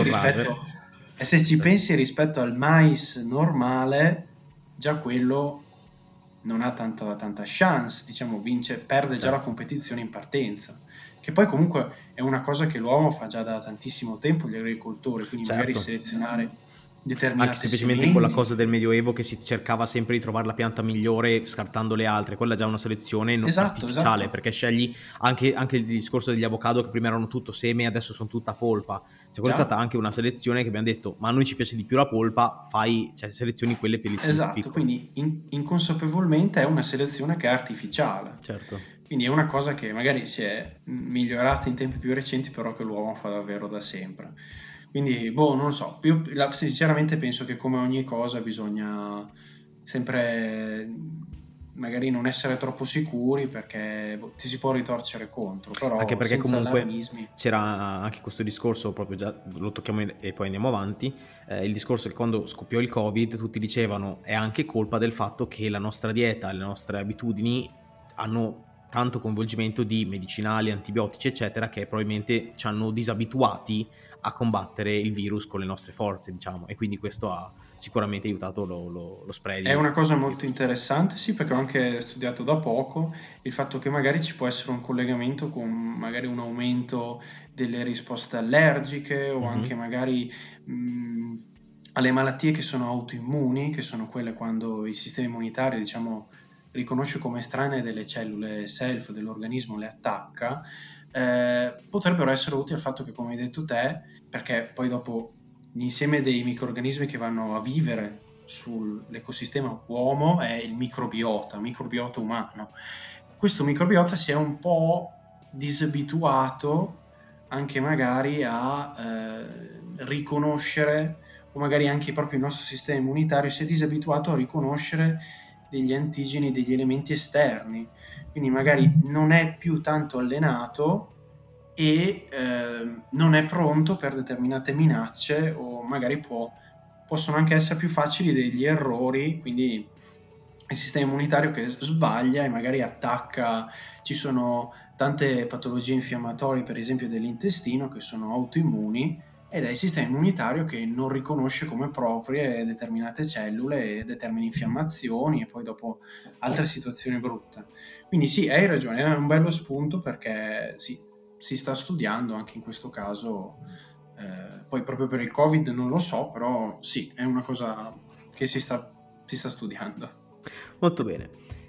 ci pensi rispetto al mais normale, già quello non ha tanta chance, diciamo, perde già la competizione in partenza, che poi comunque è una cosa che l'uomo fa già da tantissimo tempo, gli agricoltori, quindi magari selezionare Anche determinate semplicemente con la sementi. cosa del Medioevo che si cercava sempre di trovare la pianta migliore scartando le altre, quella è già una selezione Esatto, artificiale, esatto. perché scegli anche il discorso degli avocado che prima erano tutto seme, adesso sono tutta polpa. Cioè, quella è stata Già. anche una selezione che abbiamo detto, ma a noi ci piace di più la polpa, cioè, selezioni quelle per i semi più Esatto, piccoli. quindi inconsapevolmente è una selezione che è artificiale. Certo. Quindi è una cosa che magari si è migliorata in tempi più recenti, però che l'uomo fa davvero da sempre. Quindi, boh, non so, io sinceramente penso che come ogni cosa bisogna sempre magari non essere troppo sicuri perché ti si può ritorcere contro, Anche però perché senza comunque allarmismi. c'era anche questo discorso, proprio già lo tocchiamo e poi andiamo avanti, il discorso che quando scoppiò il Covid tutti dicevano è anche colpa del fatto che la nostra dieta, le nostre abitudini hanno tanto coinvolgimento di medicinali, antibiotici eccetera, che probabilmente ci hanno disabituati a combattere il virus con le nostre forze, diciamo, e quindi questo ha sicuramente aiutato lo spread È una cosa del molto virus. interessante, sì, perché ho anche studiato da poco il fatto che magari ci può essere un collegamento con magari un aumento delle risposte allergiche o anche Mhm. magari mh, alle malattie che sono autoimmuni, che sono quelle quando il sistema immunitario, diciamo, riconosce come estranee delle cellule self dell'organismo, le attacca, potrebbero essere utili al fatto che, come hai detto te, perché poi dopo l'insieme dei microrganismi che vanno a vivere sull'ecosistema uomo è il microbiota umano. Questo microbiota si è un po' disabituato anche magari a riconoscere, o magari anche proprio il nostro sistema immunitario si è disabituato a riconoscere degli antigeni, degli elementi esterni, quindi magari non è più tanto allenato e non è pronto per determinate minacce o magari possono anche essere più facili degli errori, quindi il sistema immunitario che sbaglia e magari attacca, ci sono tante patologie infiammatorie per esempio dell'intestino che sono autoimmuni ed è il sistema immunitario che non riconosce come proprie determinate cellule e determina infiammazioni e poi dopo altre situazioni brutte. Quindi sì, hai ragione, è un bello spunto perché sì, si sta studiando anche in questo caso, poi proprio per il Covid non lo so, però sì, è una cosa che si sta studiando. Molto bene.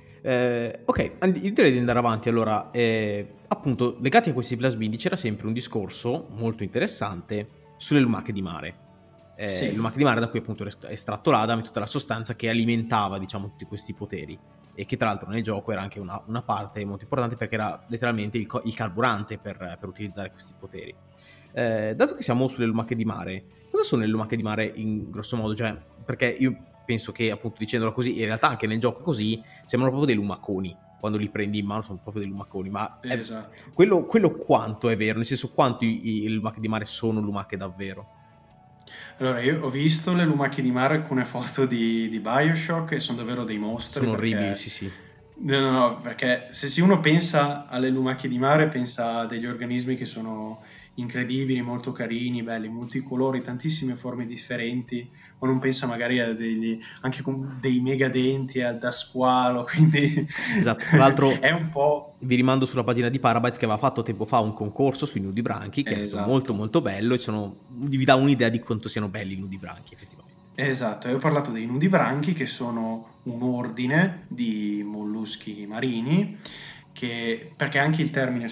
Ok, io direi di andare avanti. Allora, appunto, legati a questi plasmidi c'era sempre un discorso molto interessante sulle lumache di mare. Sì, Lumache di mare da cui appunto era estratto l'adamo e tutta la sostanza che alimentava, diciamo, tutti questi poteri. E che tra l'altro nel gioco era anche una parte molto importante perché era letteralmente il carburante per utilizzare questi poteri. Dato che siamo sulle lumache di mare, cosa sono le lumache di mare in grosso modo? Cioè, perché io penso che appunto dicendolo così, in realtà anche nel gioco così, sembrano proprio dei lumaconi. Quando li prendi in mano sono proprio dei lumaconi, ma esatto. quello quanto è vero? Nel senso, quanto i lumache di mare sono lumache davvero? Allora, io ho visto le lumache di mare, alcune foto di BioShock e sono davvero dei mostri Sono orribili, perché sì, sì. no, no, no, perché se uno pensa alle lumache di mare, pensa a degli organismi che sono incredibili, molto carini, belli, multicolori, tantissime forme differenti, o non pensa magari a anche con dei megadenti, da squalo, quindi Esatto, tra è l'altro un po'... vi rimando sulla pagina di Parabytes che aveva fatto tempo fa un concorso sui nudibranchi che è stato molto Esatto. molto bello e vi dà un'idea di quanto siano belli i nudibranchi effettivamente. Esatto, e ho parlato dei nudibranchi che sono un ordine di molluschi marini, perché anche il termine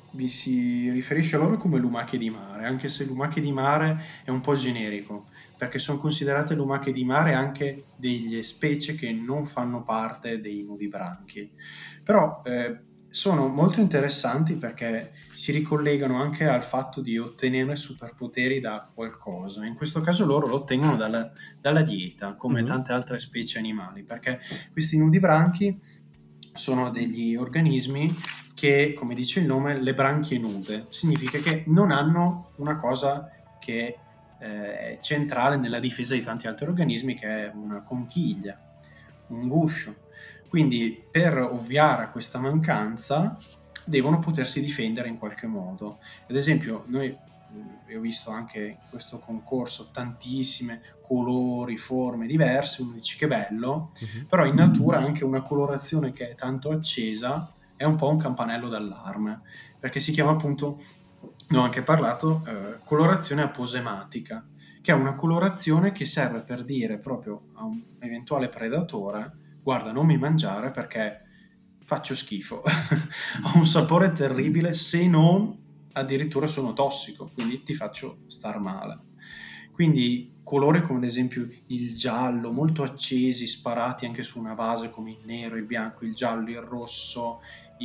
si riferisce a loro come lumache di mare, anche se lumache di mare è un po' generico, perché sono considerate lumache di mare anche delle specie che non fanno parte dei nudibranchi. Però sono molto interessanti perché si ricollegano anche al fatto di ottenere superpoteri da qualcosa. In questo caso loro lo ottengono dalla dieta, come Mhm. tante altre specie animali, perché questi nudibranchi sono degli organismi che, come dice il nome, le branchie nude. Significa che non hanno una cosa che è centrale nella difesa di tanti altri organismi, che è una conchiglia, un guscio. Quindi, per ovviare a questa mancanza, devono potersi difendere in qualche modo. Ad esempio, noi ho visto anche in questo concorso tantissime colori, forme diverse, uno dice che bello, Mhm. però in natura anche una colorazione che è tanto accesa è un po' un campanello d'allarme, perché si chiama appunto, ne ho anche parlato, colorazione aposematica, che è una colorazione che serve per dire proprio a un eventuale predatore: guarda, non mi mangiare perché faccio schifo, ho un sapore terribile, se non addirittura sono tossico, quindi ti faccio star male. Quindi colori come ad esempio il giallo, molto accesi, sparati anche su una base come il nero, il bianco, il giallo, il rosso,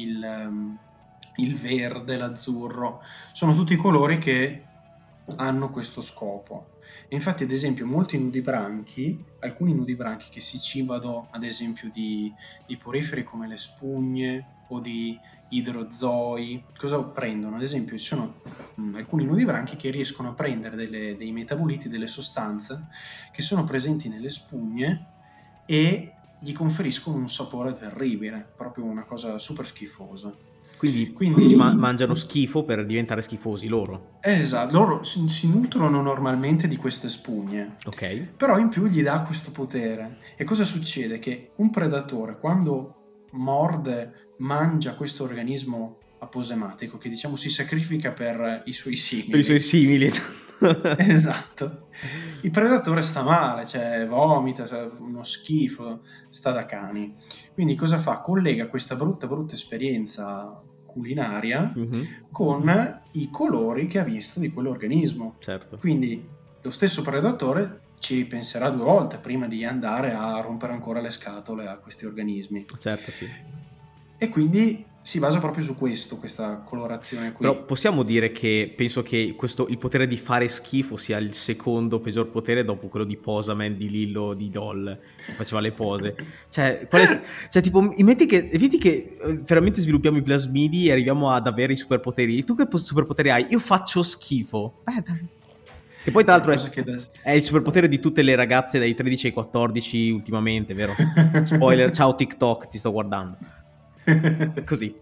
il verde, l'azzurro, sono tutti colori che hanno questo scopo. E infatti, ad esempio, molti nudibranchi, alcuni nudibranchi che si cibano ad esempio di poriferi come le spugne o di idrozoi, cosa prendono? Ad esempio, ci sono alcuni nudibranchi che riescono a prendere dei metaboliti, delle sostanze che sono presenti nelle spugne e gli conferiscono un sapore terribile, proprio una cosa super schifosa. Quindi mangiano schifo per diventare schifosi loro. Esatto, loro si nutrono normalmente di queste spugne, Ok. però in più gli dà questo potere. E cosa succede? Che un predatore, quando morde, mangia questo organismo aposematico, che diciamo si sacrifica per i suoi simili. Per i suoi simili, esatto. Il predatore sta male, cioè vomita, uno schifo, sta da cani. Quindi cosa fa? Collega questa brutta esperienza culinaria con i colori che ha visto di quell'organismo. Certo. Quindi lo stesso predatore ci penserà 2 volte prima di andare a rompere ancora le scatole a questi organismi. Certo, sì. E quindi si basa proprio su questo, questa colorazione qui. Però possiamo dire che penso che il potere di fare schifo sia il secondo peggior potere dopo quello di Posaman, di Lillo, di Doll, che faceva le pose. Cioè tipo, metti che veramente sviluppiamo i plasmidi e arriviamo ad avere i superpoteri. Tu che superpoteri hai? Io faccio schifo. Che poi tra l'altro è il superpotere di tutte le ragazze dai 13 ai 14 ultimamente, vero? Spoiler, ciao TikTok, ti sto guardando. Così.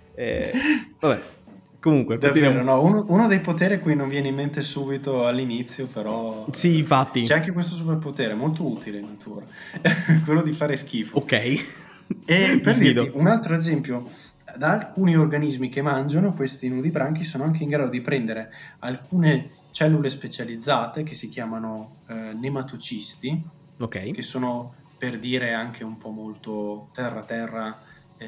Vabbè, comunque davvero no, uno dei poteri a cui non viene in mente subito all'inizio, però sì, infatti c'è anche questo superpotere molto utile in natura, quello di fare schifo. Ok. E per dirti un altro esempio, da alcuni organismi che mangiano, questi nudibranchi sono anche in grado di prendere alcune cellule specializzate che si chiamano nematocisti, okay, che sono, per dire, anche un po' molto terra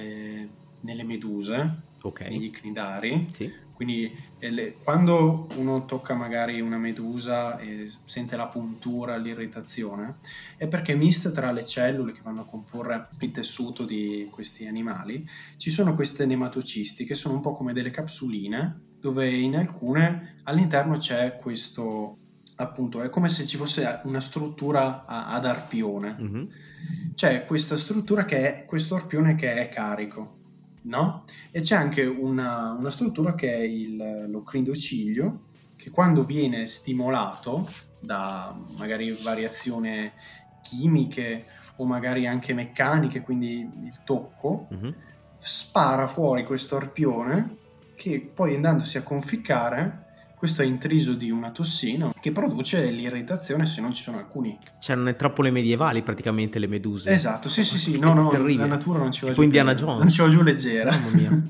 nelle meduse, okay, negli cnidari. sì. Quindi quando uno tocca magari una medusa e sente la puntura, l'irritazione, è perché miste tra le cellule che vanno a comporre il tessuto di questi animali ci sono queste nematocisti che sono un po' come delle capsuline, dove in alcune all'interno c'è questo, appunto, è come se ci fosse una struttura ad arpione. Mm-hmm. C'è questa struttura che è questo arpione che è carico, no? E c'è anche una struttura che è lo cridociglio, che quando viene stimolato da magari variazioni chimiche o magari anche meccaniche, quindi il tocco, spara fuori questo arpione che poi, andandosi a conficcare, questo è intriso di una tossina che produce l'irritazione se non ci sono alcuni. C'erano le trappole medievali praticamente, le meduse. Esatto, sì, no, terribile. La natura non ci va giù Indiana Jones. Non ci va giù leggera. Mamma mia.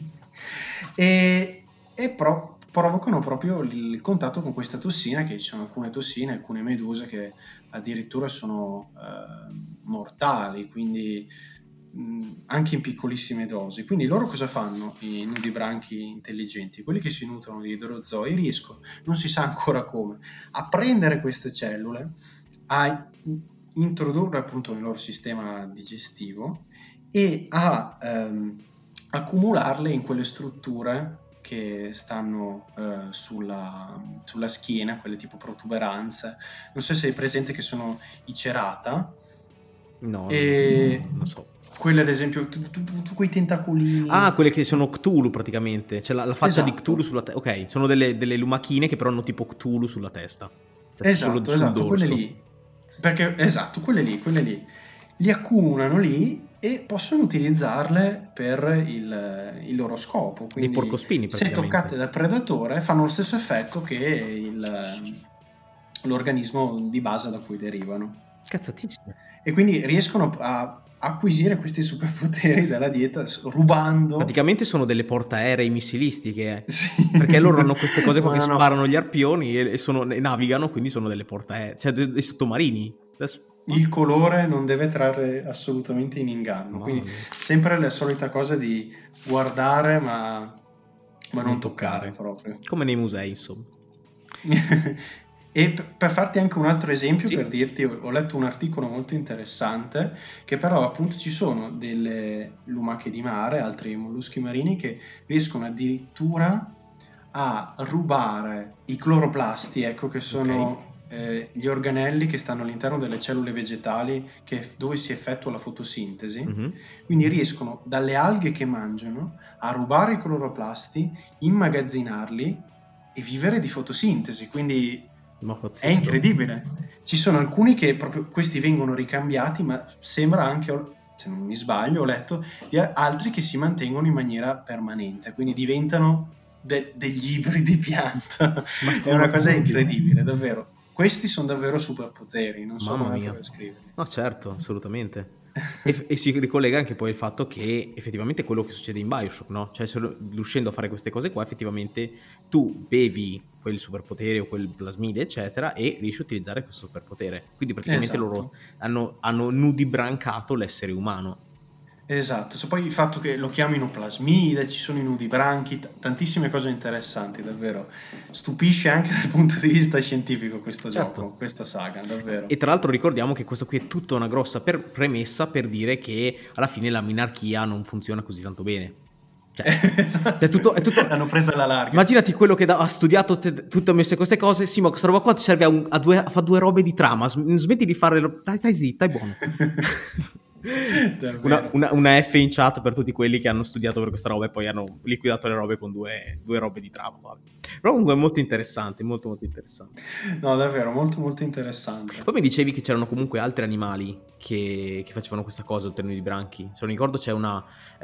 e provocano proprio il contatto con questa tossina, che ci sono alcune tossine, alcune meduse che addirittura sono mortali, quindi anche in piccolissime dosi. Quindi loro cosa fanno, i nudibranchi intelligenti? Quelli che si nutrono di idrozoi riescono, non si sa ancora come, a prendere queste cellule, a introdurre appunto nel loro sistema digestivo e a accumularle in quelle strutture che stanno sulla schiena, quelle tipo protuberanze. Non so se hai presente che sono i cerata. No, non so. Quelle ad esempio, tu quei tentacolini. Ah, quelle che sono Cthulhu praticamente. C'è la faccia esatto. di Cthulhu sulla testa. Ok, sono delle lumachine che però hanno tipo Cthulhu sulla testa. Cioè, esatto, quelle lì. Perché, esatto, quelle lì. Li accumulano lì e possono utilizzarle per il loro scopo. Quindi, dei porcospini se toccate dal predatore, fanno lo stesso effetto che l'organismo di base da cui derivano. Cazzatissimo. E quindi riescono a acquisire questi superpoteri dalla dieta rubando. Praticamente sono delle portaerei missilistiche, Sì. perché loro hanno queste cose qua Ma che no. sparano gli arpioni e navigano, quindi sono delle portaerei, cioè dei sottomarini. Il colore non deve trarre assolutamente in inganno, Mamma quindi mia. sempre la solita cosa di guardare ma non toccare toccare. proprio. Come nei musei, insomma. E per farti anche un altro esempio, Sì. per dirti, ho letto un articolo molto interessante che però appunto ci sono delle lumache di mare, altri molluschi marini che riescono addirittura a rubare i cloroplasti, ecco, che sono gli organelli che stanno all'interno delle cellule vegetali dove si effettua la fotosintesi. Mhm. Quindi riescono dalle alghe che mangiano a rubare i cloroplasti, immagazzinarli e vivere di fotosintesi, quindi Ma è pazzesco. incredibile. Ci sono alcuni che proprio questi vengono ricambiati, ma sembra anche, se non mi sbaglio, ho letto di altri che si mantengono in maniera permanente, quindi diventano degli ibridi pianta. È una cosa incredibile, davvero. Questi sono davvero superpoteri, non so come altro descriverli. No, certo, assolutamente. E si ricollega anche poi il fatto che effettivamente è quello che succede in Bioshock, no? Cioè, riuscendo a fare queste cose qua, effettivamente tu bevi quel superpotere o quel plasmide, eccetera, e riesci a utilizzare questo superpotere. Quindi praticamente loro hanno nudibrancato l'essere umano. Esatto, so poi il fatto che lo chiamino plasmide, ci sono i nudibranchi, tantissime cose interessanti, davvero. Stupisce anche dal punto di vista scientifico questo gioco, questa saga, davvero. E tra l'altro ricordiamo che questo qui è tutta una grossa premessa per dire che alla fine la minarchia non funziona così tanto bene. Esatto. È tutto... Hanno preso alla larga. Immaginati quello che ha studiato tutte queste cose. Sì, ma questa roba qua ti serve a fare due robe di trama. Smetti di fare. Stai zitto, stai buono. una F in chat per tutti quelli che hanno studiato per questa roba e poi hanno liquidato le robe con due robe di trama. Però comunque è molto interessante, molto molto interessante. No, davvero, molto molto interessante. Poi mi dicevi che c'erano comunque altri animali che facevano questa cosa oltre ai nudibranchi. Se non ricordo c'è una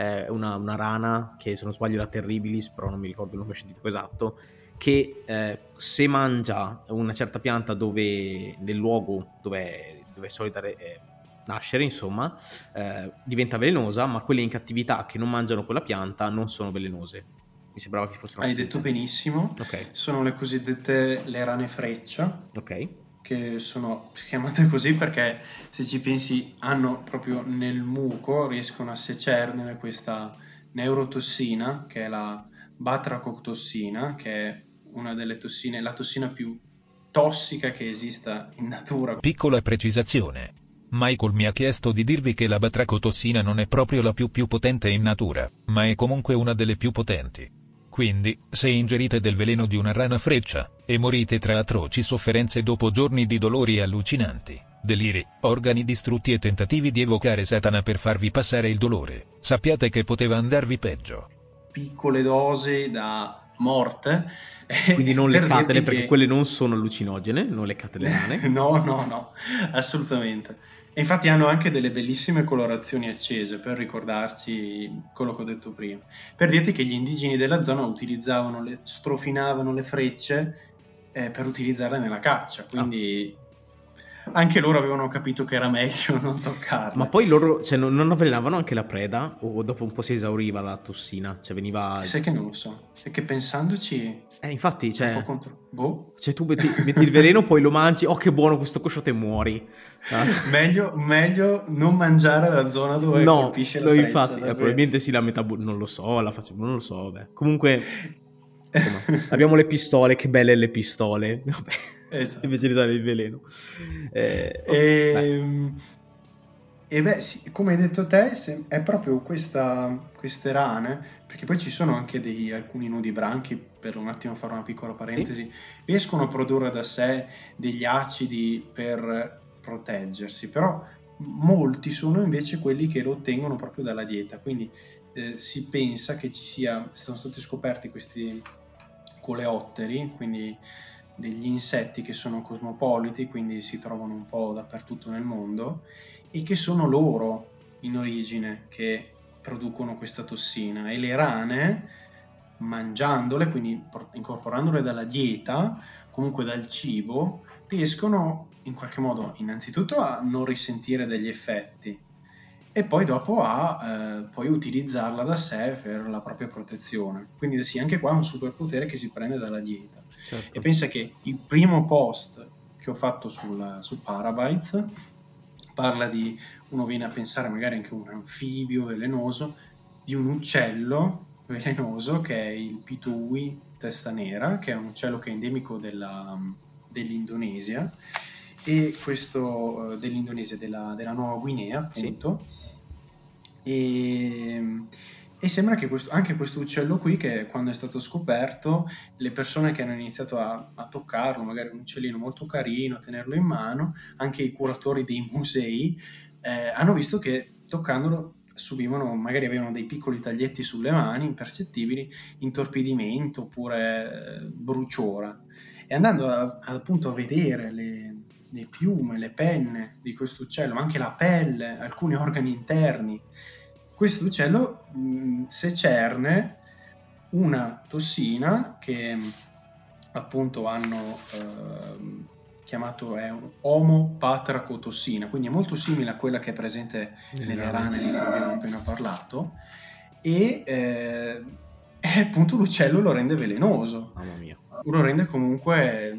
rana che, se non sbaglio, era Terribilis, però non mi ricordo il nome scientifico esatto, che se mangia una certa pianta nel luogo dove è solita nascere, insomma, diventa velenosa, ma quelle in cattività che non mangiano quella pianta non sono velenose. Mi sembrava che fossero... Hai detto benissimo. Okay. Sono le cosiddette le rane freccia. Ok. Che sono chiamate così perché, se ci pensi, hanno proprio nel muco, riescono a secernere questa neurotossina, che è la batracotossina, che è una delle tossine, la tossina più tossica che esista in natura. Piccola precisazione. Michael mi ha chiesto di dirvi che la batracotossina non è proprio la più potente in natura, ma è comunque una delle più potenti. Quindi, se ingerite del veleno di una rana freccia, e morite tra atroci sofferenze dopo giorni di dolori allucinanti, deliri, organi distrutti e tentativi di evocare Satana per farvi passare il dolore, sappiate che poteva andarvi peggio. Piccole dosi da morte. Quindi non leccatele, perché quelle non sono allucinogene, non leccate le rane. No, assolutamente. E infatti hanno anche delle bellissime colorazioni accese, per ricordarci quello che ho detto prima. Per dirti che gli indigeni della zona strofinavano le frecce per utilizzarle nella caccia, quindi anche loro avevano capito che era meglio non toccarle. Ma poi loro, cioè, non avvelenavano anche la preda? O dopo un po' si esauriva la tossina? Cioè veniva... Sai che non lo so. È che pensandoci... infatti, cioè... Un po' boh. Cioè tu metti il veleno, poi lo mangi, oh che buono questo cosciotto, e muori. Meglio non mangiare la zona dove colpisce la freccia. Infatti, probabilmente sì, la non lo so, non lo so, vabbè. Comunque, insomma, abbiamo le pistole, che belle le pistole. Vabbè. Esatto. Invece di dare il veleno. E beh, sì, come hai detto te, è proprio queste rane, perché poi ci sono anche alcuni nudibranchi, per un attimo fare una piccola parentesi, riescono a produrre da sé degli acidi per proteggersi, però molti sono invece quelli che lo ottengono proprio dalla dieta, quindi si pensa che siano stati scoperti questi coleotteri, quindi degli insetti che sono cosmopoliti, quindi si trovano un po' dappertutto nel mondo, e che sono loro in origine che producono questa tossina, e le rane mangiandole, quindi incorporandole dalla dieta, comunque dal cibo, riescono in qualche modo innanzitutto a non risentire degli effetti e poi dopo a poi utilizzarla da sé per la propria protezione. Quindi sì, anche qua è un superpotere che si prende dalla dieta. Certo. E pensa che il primo post che ho fatto su Parabytes parla di, uno viene a pensare magari anche un anfibio velenoso, di un uccello velenoso che è il pitui testa nera, che è un uccello che è endemico dell'Indonesia, e questo dell'Indonesia, della Nuova Guinea appunto, sì. E sembra che anche questo uccello qui, che quando è stato scoperto, le persone che hanno iniziato a toccarlo, magari un uccellino molto carino, a tenerlo in mano, anche i curatori dei musei, hanno visto che toccandolo subivano, magari avevano dei piccoli taglietti sulle mani impercettibili, intorpidimento oppure bruciora. E andando appunto a vedere le piume, le penne di questo uccello, ma anche la pelle, alcuni organi interni, questo uccello secerne una tossina che appunto hanno chiamato omopatracotossina, quindi è molto simile a quella che è presente nelle rane di cui abbiamo appena parlato, e appunto l'uccello lo rende velenoso. Mamma mia. Lo rende comunque,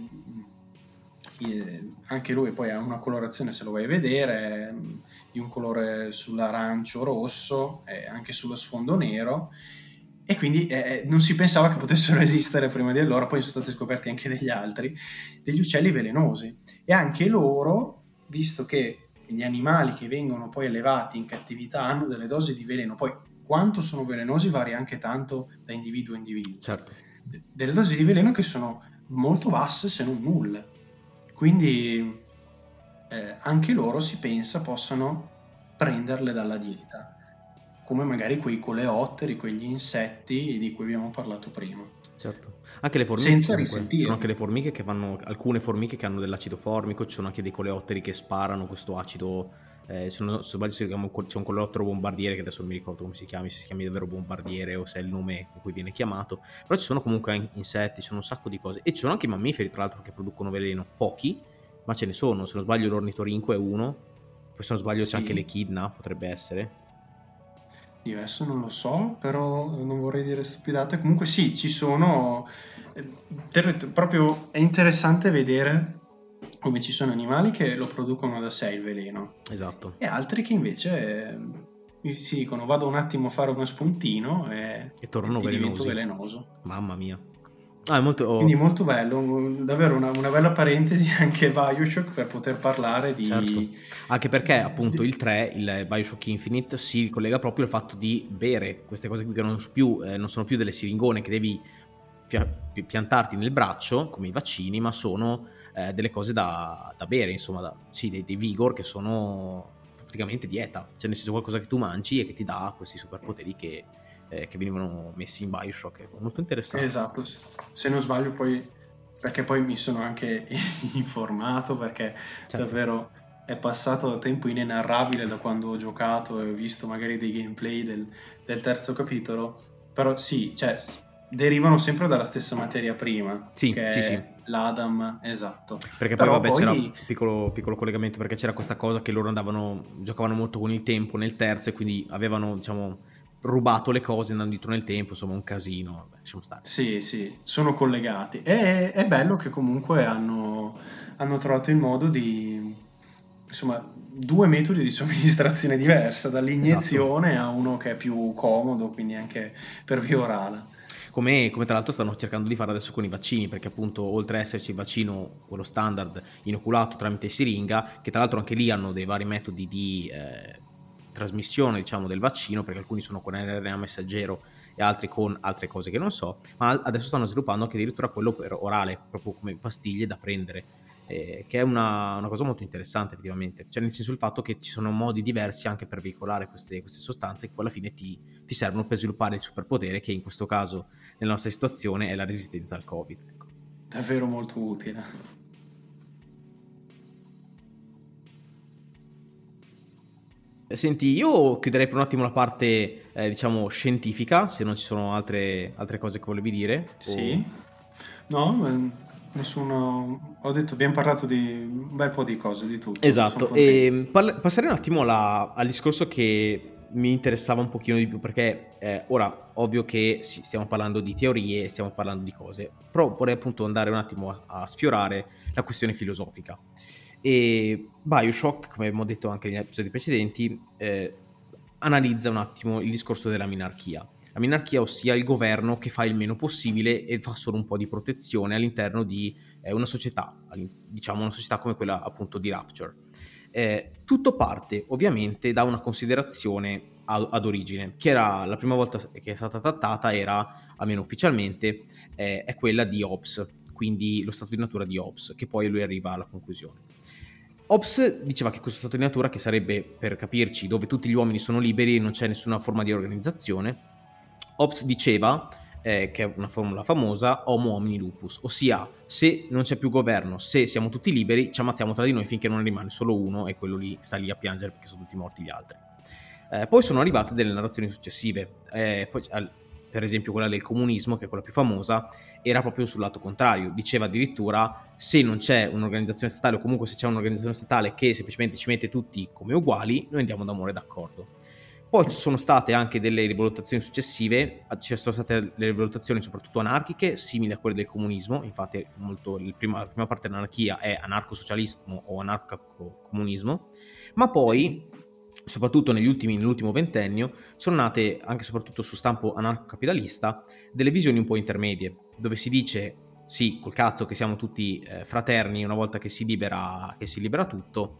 anche lui poi ha una colorazione, se lo vai a vedere, di un colore sull'arancio rosso e anche sullo sfondo nero, e quindi non si pensava che potessero esistere prima di allora. Poi sono stati scoperti anche degli uccelli velenosi, e anche loro, visto che gli animali che vengono poi allevati in cattività hanno delle dosi di veleno, poi quanto sono velenosi varia anche tanto da individuo a individuo, certo, delle dosi di veleno che sono molto basse se non nulle, quindi anche loro si pensa possano prenderle dalla dieta, come magari quei coleotteri, quegli insetti di cui abbiamo parlato prima. Certo, anche le formiche, senza comunque, risentire. sono anche le formiche che vanno, alcune formiche che hanno dell'acido formico, ci sono anche dei coleotteri che sparano questo acido, se non sbaglio c'è un coleottero bombardiere che adesso non mi ricordo come si chiami, se si chiami davvero bombardiere o se è il nome con cui viene chiamato, però ci sono comunque insetti, ci sono un sacco di cose, e ci sono anche i mammiferi tra l'altro che producono veleno, pochi, ma ce ne sono, se non sbaglio l'ornitorinco è uno, poi se non sbaglio c'è anche l'echidna, potrebbe essere. Io adesso non lo so, però non vorrei dire stupidate. Comunque sì, ci sono. Proprio è interessante vedere come ci sono animali che lo producono da sé il veleno. Esatto. E altri che invece si dicono vado un attimo a fare uno spuntino e tornano ti divento velenosi. velenoso. Mamma mia. È molto... Quindi molto bello, davvero una bella parentesi anche BioShock per poter parlare di... Certo, anche perché appunto il 3, il BioShock Infinite, si collega proprio al fatto di bere queste cose qui che non sono più delle siringone che devi piantarti nel braccio come i vaccini, ma sono delle cose da bere, insomma, dei vigor che sono praticamente dieta, cioè nel senso qualcosa che tu mangi e che ti dà questi superpoteri che venivano messi in BioShock. È molto interessante. Esatto, se non sbaglio poi, perché poi mi sono anche informato, perché davvero è passato tempo inenarrabile da quando ho giocato e ho visto magari dei gameplay del terzo capitolo, però sì, cioè derivano sempre dalla stessa materia prima, che è l'Adam, esatto. Perché però poi c'era un piccolo collegamento, perché c'era questa cosa che loro giocavano molto con il tempo nel terzo e quindi avevano, diciamo, rubato le cose andando dietro nel tempo, insomma un casino. Lasciamo stare. Sì, sono collegati. E è bello che comunque hanno trovato il modo di, insomma, due metodi di somministrazione diversa, dall'iniezione a uno che è più comodo, quindi anche per via orale. Come tra l'altro stanno cercando di fare adesso con i vaccini, perché appunto oltre ad esserci il vaccino, quello standard, inoculato tramite siringa, che tra l'altro anche lì hanno dei vari metodi di trasmissione, diciamo, del vaccino, perché alcuni sono con RNA messaggero e altri con altre cose che non so, ma adesso stanno sviluppando anche addirittura quello per orale, proprio come pastiglie da prendere, che è una cosa molto interessante effettivamente, cioè nel senso il fatto che ci sono modi diversi anche per veicolare queste sostanze che poi alla fine ti servono per sviluppare il superpotere, che in questo caso nella nostra situazione è la resistenza al Covid. Ecco. Davvero molto utile. Senti, io chiuderei per un attimo la parte, diciamo, scientifica, se non ci sono altre cose che volevi dire. Sì, no, nessuno... Ho detto, abbiamo parlato di un bel po' di cose, di tutto, sono Esatto, contento. e passare un attimo al discorso che mi interessava un pochino di più, perché ora, ovvio che sì, stiamo parlando di teorie, stiamo parlando di cose, però vorrei appunto andare un attimo a sfiorare la questione filosofica. E BioShock, come abbiamo detto anche negli episodi precedenti, analizza un attimo il discorso della minarchia. La minarchia, ossia il governo che fa il meno possibile e fa solo un po' di protezione all'interno di una società, diciamo una società come quella appunto di Rapture. Tutto parte ovviamente da una considerazione ad origine, che era la prima volta che è stata trattata, era, almeno ufficialmente, è quella di Hobbes, quindi lo stato di natura di Hobbes, che poi lui arriva alla conclusione. Hobbes diceva che questo stato di natura, che sarebbe, per capirci, dove tutti gli uomini sono liberi e non c'è nessuna forma di organizzazione, Hobbes diceva, che è una formula famosa, homo homini lupus, ossia se non c'è più governo, se siamo tutti liberi, ci ammazziamo tra di noi finché non ne rimane solo uno e quello lì sta lì a piangere perché sono tutti morti gli altri. Poi sono arrivate delle narrazioni successive, per esempio quella del comunismo, che è quella più famosa, era proprio sul lato contrario, diceva addirittura se non c'è un'organizzazione statale o comunque se c'è un'organizzazione statale che semplicemente ci mette tutti come uguali, noi andiamo d'amore d'accordo. Poi ci sono state anche delle rivalutazioni successive, ci sono state le rivalutazioni soprattutto anarchiche, simili a quelle del comunismo, infatti la prima parte dell'anarchia è anarcosocialismo o anarcocomunismo, ma poi, Sì. soprattutto nell'ultimo ventennio, sono nate, anche e soprattutto su stampo anarcocapitalista, delle visioni un po' intermedie, dove si dice sì, col cazzo che siamo tutti fraterni una volta che si libera tutto,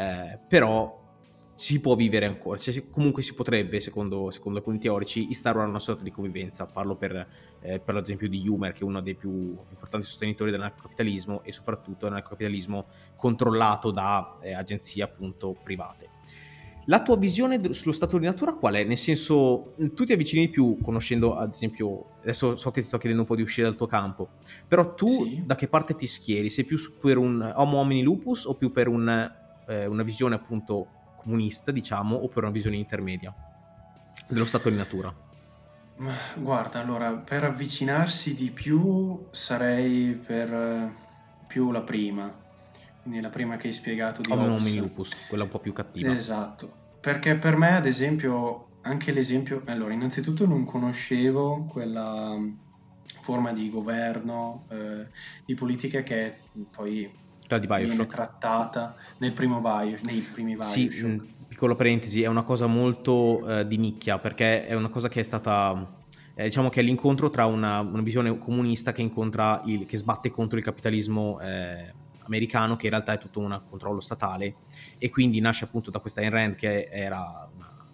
però si può vivere ancora, cioè, comunque si potrebbe, secondo alcuni teorici, instaurare una sorta di convivenza. Parlo per l'esempio di Humer, che è uno dei più importanti sostenitori dell'anarcocapitalismo e soprattutto dell'anarcocapitalismo controllato da agenzie appunto private. La tua visione sullo stato di natura qual è? Nel senso, tu ti avvicini di più conoscendo, ad esempio, adesso so che ti sto chiedendo un po' di uscire dal tuo campo, però tu Sì. da che parte ti schieri? Sei più per un homo homini lupus o più per una visione appunto comunista, diciamo, o per una visione intermedia dello stato di natura? Ma guarda, allora, per avvicinarsi di più sarei per più la prima, quindi la prima che hai spiegato di Homo homini Hobbes. lupus, quella un po' più cattiva. Esatto, perché per me, ad esempio, anche l'esempio, allora, innanzitutto non conoscevo quella forma di governo, di politica che poi Quella di viene BioShock. trattata nei primi Sì, BioShock. piccola parentesi, è una cosa molto di nicchia, perché è una cosa che è stata, diciamo che è l'incontro tra una visione comunista che incontra che sbatte contro il capitalismo americano, che in realtà è tutto un controllo statale, e quindi nasce appunto da questa Ayn Rand, che era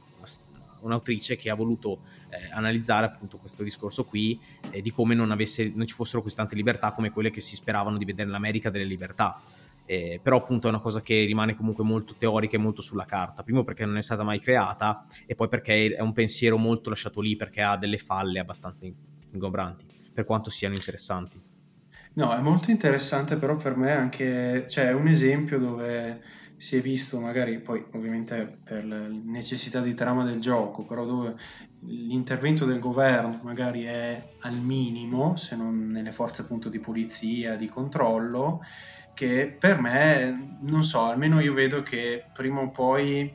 un'autrice che ha voluto analizzare appunto questo discorso qui, di come non ci fossero così tante libertà come quelle che si speravano di vedere nell'America delle libertà. Però appunto è una cosa che rimane comunque molto teorica e molto sulla carta, primo perché non è stata mai creata e poi perché è un pensiero molto lasciato lì, perché ha delle falle abbastanza ingombranti, per quanto siano interessanti. No, è molto interessante, però per me anche, cioè, è un esempio dove si è visto magari, poi ovviamente per la necessità di trama del gioco, però dove l'intervento del governo magari è al minimo, se non nelle forze appunto di polizia, di controllo, che per me, non so, almeno io vedo che prima o poi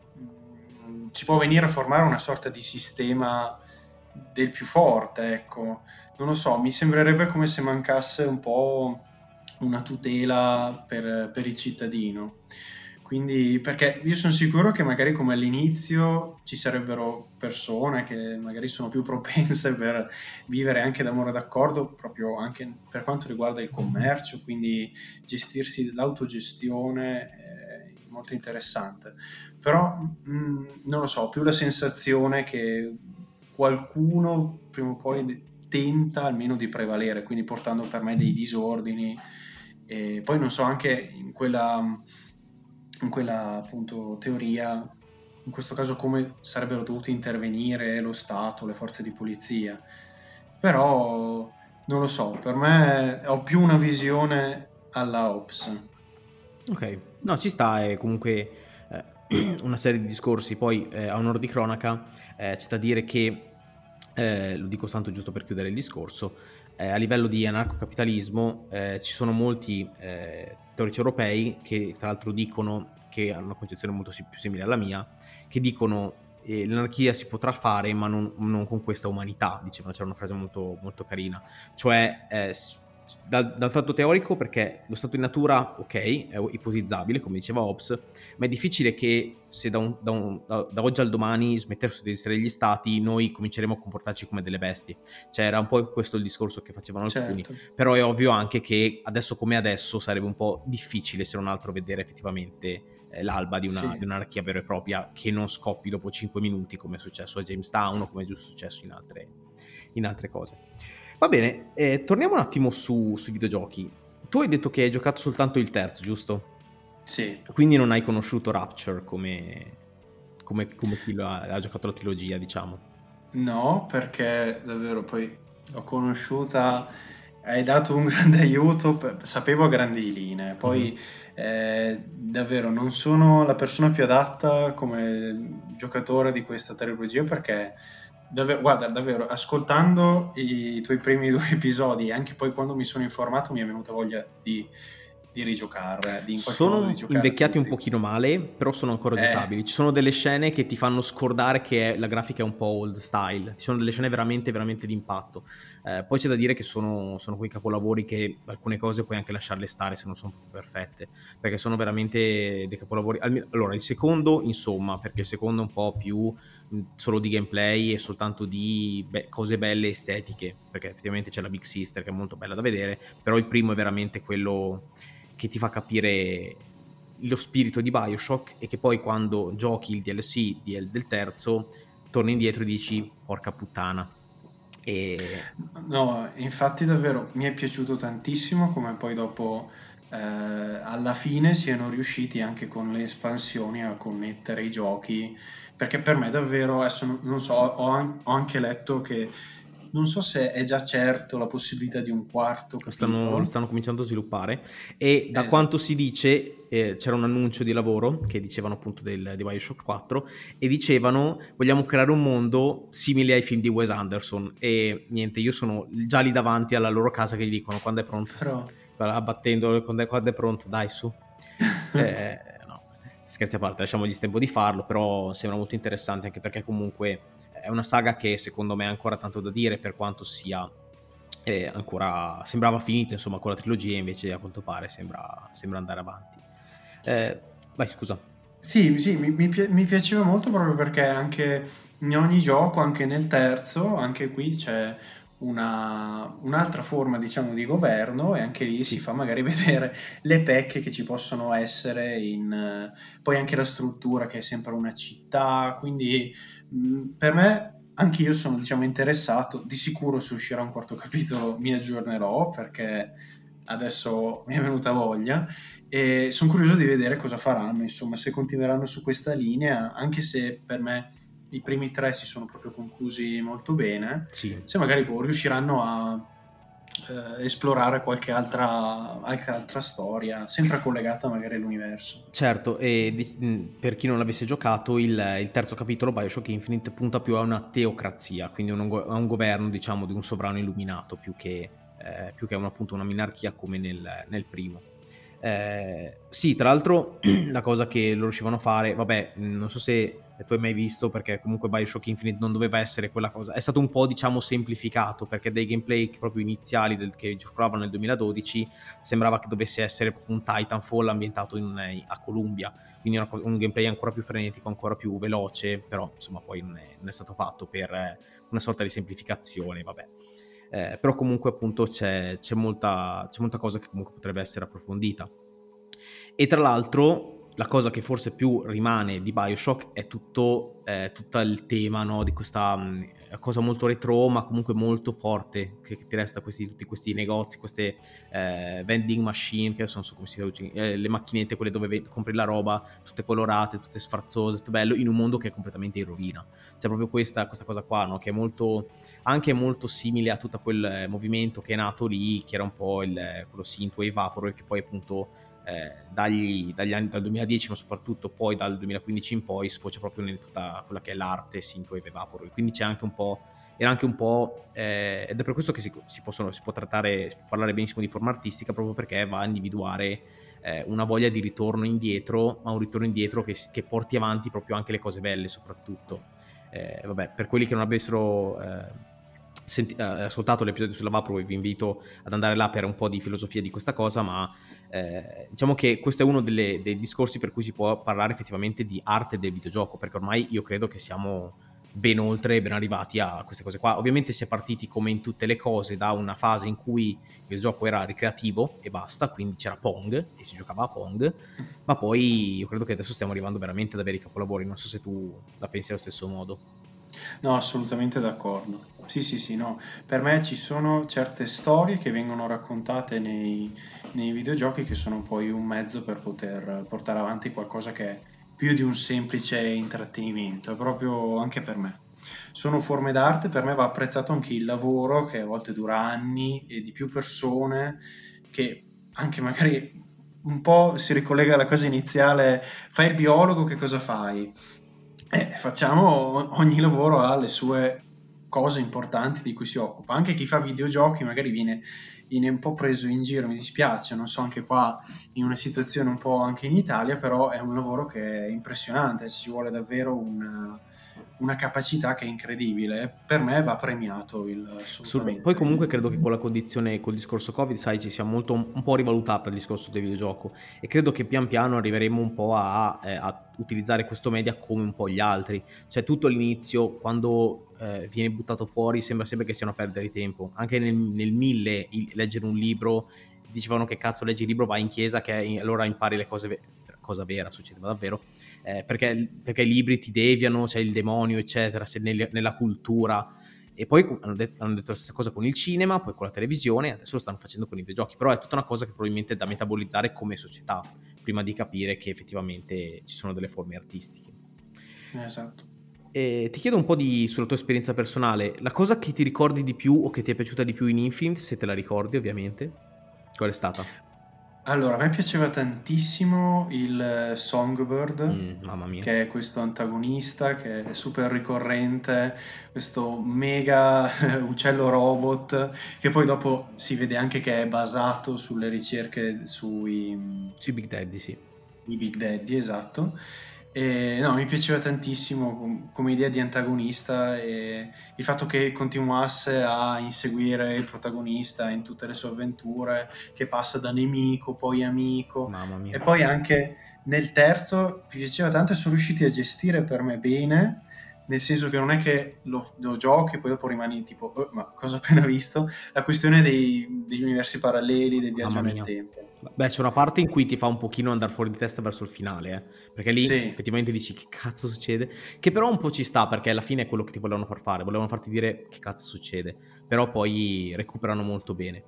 si può venire a formare una sorta di sistema del più forte, ecco. Non lo so, mi sembrerebbe come se mancasse un po' una tutela per il cittadino. Quindi, perché io sono sicuro che magari come all'inizio ci sarebbero persone che magari sono più propense per vivere anche d'amore d'accordo, proprio anche per quanto riguarda il commercio, quindi gestirsi l'autogestione è molto interessante. Però non lo so, più la sensazione che qualcuno prima o poi tenta almeno di prevalere, quindi portando per me dei disordini. E poi non so, anche in quella appunto teoria, in questo caso come sarebbero dovuti intervenire lo Stato, le forze di polizia. Però non lo so, per me ho più una visione alla Hobbes. Ok, no, ci sta, e comunque una serie di discorsi. Poi a onor di cronaca c'è da dire che, lo dico tanto giusto per chiudere il discorso, a livello di anarcocapitalismo ci sono molti teorici europei che tra l'altro dicono, che hanno una concezione molto più simile alla mia, che dicono l'anarchia si potrà fare ma non con questa umanità, dicevano, c'era una frase molto, molto carina, cioè dal lato teorico, perché lo stato di natura, ok, è ipotizzabile, come diceva Hobbes, ma è difficile che se da oggi al domani smettessero di esistere gli stati, noi cominceremo a comportarci come delle bestie. Cioè era un po' questo il discorso che facevano alcuni, però è ovvio anche che adesso come adesso sarebbe un po' difficile, se non altro, vedere effettivamente l'alba di un'anarchia vera e propria che non scoppi dopo 5 minuti, come è successo a Jamestown o come è giusto successo in altre cose. Va bene, torniamo un attimo sui videogiochi. Tu hai detto che hai giocato soltanto il terzo, giusto? Sì. Quindi non hai conosciuto Rapture come chi ha giocato la trilogia, diciamo. No, perché davvero poi l'ho conosciuta, hai dato un grande aiuto, sapevo a grandi linee, poi davvero non sono la persona più adatta come giocatore di questa trilogia, perché guarda, davvero, ascoltando i tuoi primi 2 episodi, anche poi quando mi sono informato, mi è venuta voglia di rigiocarle, di in qualche modo Sono di giocare invecchiati tutti. un pochino male, però sono ancora giocabili. Ci sono delle scene che ti fanno scordare che la grafica è un po' old style. Ci sono delle scene veramente, veramente d'impatto. Poi c'è da dire che sono quei capolavori che alcune cose puoi anche lasciarle stare se non sono proprio perfette, perché sono veramente dei capolavori. Allora, il secondo, insomma, perché il secondo è un po' più solo di gameplay e soltanto di cose belle estetiche, perché effettivamente c'è la Big Sister che è molto bella da vedere, però il primo è veramente quello che ti fa capire lo spirito di BioShock, e che poi quando giochi il DLC del terzo torni indietro e dici porca puttana. No, infatti davvero mi è piaciuto tantissimo come poi dopo alla fine siano riusciti anche con le espansioni a connettere i giochi, perché per me davvero, adesso non so, ho anche letto che non so se è già certo la possibilità di un quarto capitolo. Lo stanno cominciando a sviluppare, e da quanto Esatto. si dice c'era un annuncio di lavoro che dicevano appunto di BioShock 4, e dicevano vogliamo creare un mondo simile ai film di Wes Anderson, e niente, io sono già lì davanti alla loro casa che gli dicono quando è pronto, Però abbattendo quando è pronto, dai su. No, scherzi a parte, lasciamogli tempo di farlo, però sembra molto interessante, anche perché comunque è una saga che secondo me ha ancora tanto da dire, per quanto sia ancora sembrava finita, insomma, con la trilogia, invece a quanto pare sembra andare avanti. Vai, scusa. sì, mi piaceva molto proprio perché anche in ogni gioco, anche nel terzo, anche qui c'è un'altra forma, diciamo, di governo, e anche lì si fa magari vedere le pecche che ci possono essere poi anche la struttura che è sempre una città, quindi per me anche io sono, diciamo, interessato. Di sicuro se uscirà un quarto capitolo mi aggiornerò, perché adesso mi è venuta voglia. E sono curioso di vedere cosa faranno, insomma, se continueranno su questa linea, anche se per me i primi 3 si sono proprio conclusi molto bene. Sì. Se magari riusciranno a esplorare qualche altra storia, sempre collegata magari all'universo. Certo, e per chi non l'avesse giocato, il terzo capitolo, BioShock Infinite, punta più a una teocrazia, quindi a un governo, diciamo, di un sovrano illuminato, più che appunto una minarchia come nel primo. Sì, tra l'altro la cosa che loro riuscivano a fare, vabbè, non so se tu hai mai visto, perché comunque BioShock Infinite non doveva essere quella cosa, è stato un po', diciamo, semplificato, perché dei gameplay proprio iniziali che giocavano nel 2012 sembrava che dovesse essere un Titanfall ambientato a Columbia, quindi un gameplay ancora più frenetico, ancora più veloce, però insomma poi non è stato fatto per una sorta di semplificazione, vabbè. Però comunque appunto c'è molta cosa che comunque potrebbe essere approfondita. E tra l'altro la cosa che forse più rimane di BioShock è tutto il tema, no, di questa cosa molto retro, ma comunque molto forte, che ti resta tutti questi negozi, queste vending machine, che adesso non so come si chiama, le macchinette, quelle dove compri la roba, tutte colorate, tutte sfarzose, tutto bello, in un mondo che è completamente in rovina. C'è proprio questa cosa qua, no, che è anche molto simile a tutto quel movimento che è nato lì, che era un po' quello synthwave Vaporwave, che poi appunto dal 2010, ma soprattutto poi dal 2015 in poi sfocia proprio in tutta quella che è l'arte synthwave e vaporwave, quindi c'è anche un po', era anche un po', ed è per questo che si può parlare benissimo di forma artistica, proprio perché va a individuare una voglia di ritorno indietro, ma un ritorno indietro che porti avanti proprio anche le cose belle soprattutto. Vabbè, per quelli che non avessero ascoltato l'episodio sulla vaporwave, vi invito ad andare là per un po' di filosofia di questa cosa, ma diciamo che questo è uno dei discorsi per cui si può parlare effettivamente di arte del videogioco, perché ormai io credo che siamo ben oltre, ben arrivati a queste cose qua. Ovviamente si è partiti, come in tutte le cose, da una fase in cui il videogioco era ricreativo e basta, quindi c'era Pong e si giocava a Pong, ma poi io credo che adesso stiamo arrivando veramente ad avere i capolavori. Non so se tu la pensi allo stesso modo. No, assolutamente d'accordo. Sì, no. Per me ci sono certe storie che vengono raccontate nei videogiochi che sono poi un mezzo per poter portare avanti qualcosa che è più di un semplice intrattenimento, è proprio anche per me. Sono forme d'arte, per me va apprezzato anche il lavoro che a volte dura anni e di più persone, che anche magari un po' si ricollega alla cosa iniziale, fai il biologo, che cosa fai? Ogni lavoro ha le sue cose importanti di cui si occupa. Anche chi fa videogiochi magari viene un po' preso in giro, mi dispiace, non so, anche qua in una situazione un po' anche in Italia, però è un lavoro che è impressionante, ci vuole davvero una capacità che è incredibile. Per me va premiato assolutamente. Poi comunque credo che con la condizione, col discorso Covid, sai, ci sia molto un po' rivalutata il discorso del videogioco, e credo che pian piano arriveremo un po' a utilizzare questo media come un po' gli altri. Cioè tutto all'inizio, quando viene buttato fuori, sembra sempre che sia una perdita di tempo. Anche nel 1000 leggere un libro, dicevano che cazzo leggi il libro, vai in chiesa che allora impari le cose cosa vera, succedeva davvero, perché i libri ti deviano, c'è il demonio eccetera, se nella cultura. E poi hanno detto la stessa cosa con il cinema, poi con la televisione, adesso lo stanno facendo con i videogiochi, però è tutta una cosa che probabilmente è da metabolizzare come società, prima di capire che effettivamente ci sono delle forme artistiche. Esatto. E ti chiedo un po' sulla tua esperienza personale, la cosa che ti ricordi di più o che ti è piaciuta di più in Infinite, se te la ricordi ovviamente, qual è stata? Allora, a me piaceva tantissimo il Songbird, mamma mia. che è questo antagonista che è super ricorrente, questo mega uccello robot, che poi dopo si vede anche che è basato sulle ricerche sui Big Daddy, sì. I Big Daddy, esatto. E, no, mi piaceva tantissimo come idea di antagonista, e il fatto che continuasse a inseguire il protagonista in tutte le sue avventure, che passa da nemico, poi amico. Mamma mia. E poi anche nel terzo mi piaceva tanto, e sono riusciti a gestire per me bene, nel senso che non è che lo giochi e poi dopo rimani tipo ma cosa ho appena visto, la questione degli universi paralleli, del viaggio nel tempo. Beh, c'è una parte in cui ti fa un pochino andare fuori di testa verso il finale, perché lì Sì. effettivamente dici che cazzo succede, che però un po' ci sta, perché alla fine è quello che ti volevano far fare, volevano farti dire che cazzo succede, però poi recuperano molto bene.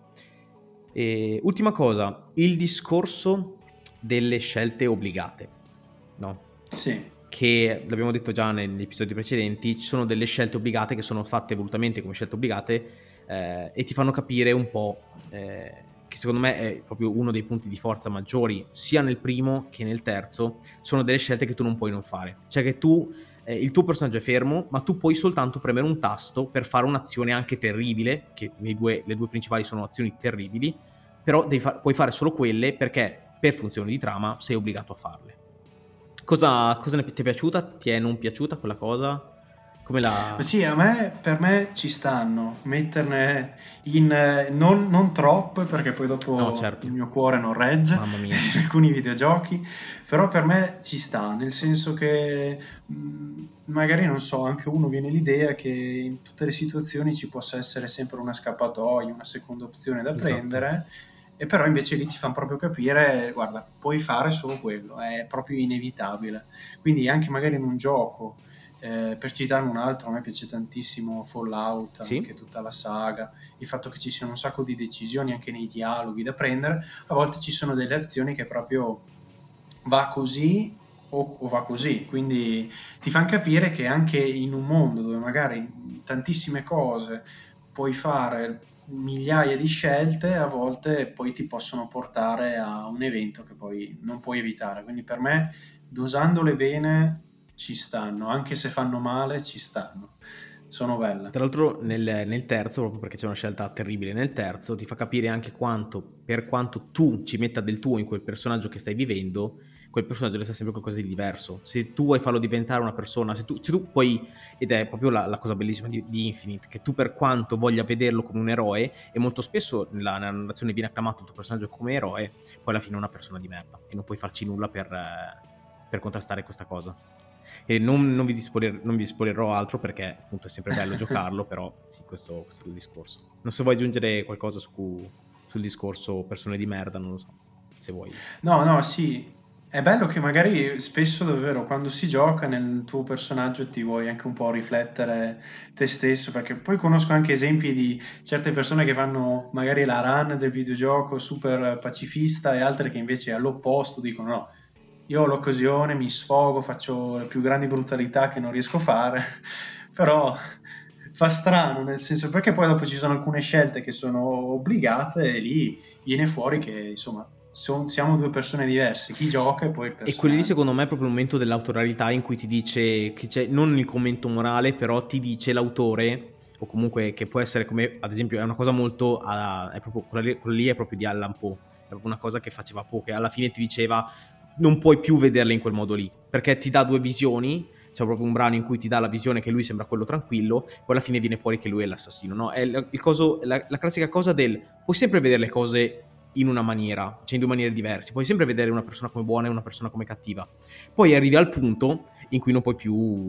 E ultima cosa, il discorso delle scelte obbligate, no? Sì. Che l'abbiamo detto già negli episodi precedenti, ci sono delle scelte obbligate che sono fatte volutamente come scelte obbligate, e ti fanno capire un po' che secondo me è proprio uno dei punti di forza maggiori sia nel primo che nel terzo. Sono delle scelte che tu non puoi non fare, cioè che tu il tuo personaggio è fermo, ma tu puoi soltanto premere un tasto per fare un'azione anche terribile, che le due principali sono azioni terribili, però puoi fare solo quelle perché per funzioni di trama sei obbligato a farle. Cosa ti è piaciuta? Ti è non piaciuta quella cosa? Come la... Sì, per me ci stanno, metterne non troppe, perché poi dopo No, certo. il mio cuore non regge. Mamma mia. In alcuni videogiochi, però per me ci sta, nel senso che magari, non so, anche uno viene l'idea che in tutte le situazioni ci possa essere sempre una scappatoia, una seconda opzione da prendere, e però invece lì ti fanno proprio capire, guarda, puoi fare solo quello, è proprio inevitabile. Quindi anche magari in un gioco, per citarne un altro, a me piace tantissimo Fallout, Sì? anche tutta la saga, il fatto che ci siano un sacco di decisioni anche nei dialoghi da prendere, a volte ci sono delle azioni che proprio va così o va così, quindi ti fanno capire che anche in un mondo dove magari tantissime cose puoi fare migliaia di scelte, a volte poi ti possono portare a un evento che poi non puoi evitare. Quindi per me, dosandole bene, ci stanno, anche se fanno male, ci stanno. Sono belle. Tra l'altro nel terzo, proprio perché c'è una scelta terribile nel terzo, ti fa capire anche per quanto tu ci metta del tuo in quel personaggio che stai vivendo, quel personaggio resta sempre qualcosa di diverso. Se tu vuoi farlo diventare una persona, se tu puoi, ed è proprio la cosa bellissima di Infinite, che tu per quanto voglia vederlo come un eroe, e molto spesso nella narrazione viene acclamato il tuo personaggio come eroe, poi alla fine è una persona di merda e non puoi farci nulla per contrastare questa cosa. E non vi spoilerò altro perché appunto è sempre bello giocarlo, però sì, questo è il discorso. Non so se vuoi aggiungere qualcosa sul discorso persone di merda, non lo so, se vuoi. No, sì, è bello che magari spesso davvero quando si gioca nel tuo personaggio ti vuoi anche un po' riflettere te stesso, perché poi conosco anche esempi di certe persone che fanno magari la run del videogioco super pacifista e altre che invece all'opposto dicono no, io ho l'occasione, mi sfogo, faccio le più grandi brutalità che non riesco a fare, però fa strano, nel senso perché poi dopo ci sono alcune scelte che sono obbligate e lì viene fuori che insomma siamo due persone diverse, chi gioca e poi il E quello lì personaggio. secondo me è proprio il momento dell'autorialità in cui ti dice che c'è non il commento morale, però ti dice l'autore, o comunque che può essere come ad esempio è una cosa molto è proprio quella lì è proprio di Allan Poe, è proprio una cosa che faceva Poe, che alla fine ti diceva non puoi più vederla in quel modo lì, perché ti dà due visioni. C'è proprio un brano in cui ti dà la visione che lui sembra quello tranquillo, poi alla fine viene fuori che lui è l'assassino, no? È la classica cosa del puoi sempre vedere le cose in una maniera, cioè in due maniere diverse, puoi sempre vedere una persona come buona e una persona come cattiva, poi arrivi al punto in cui non puoi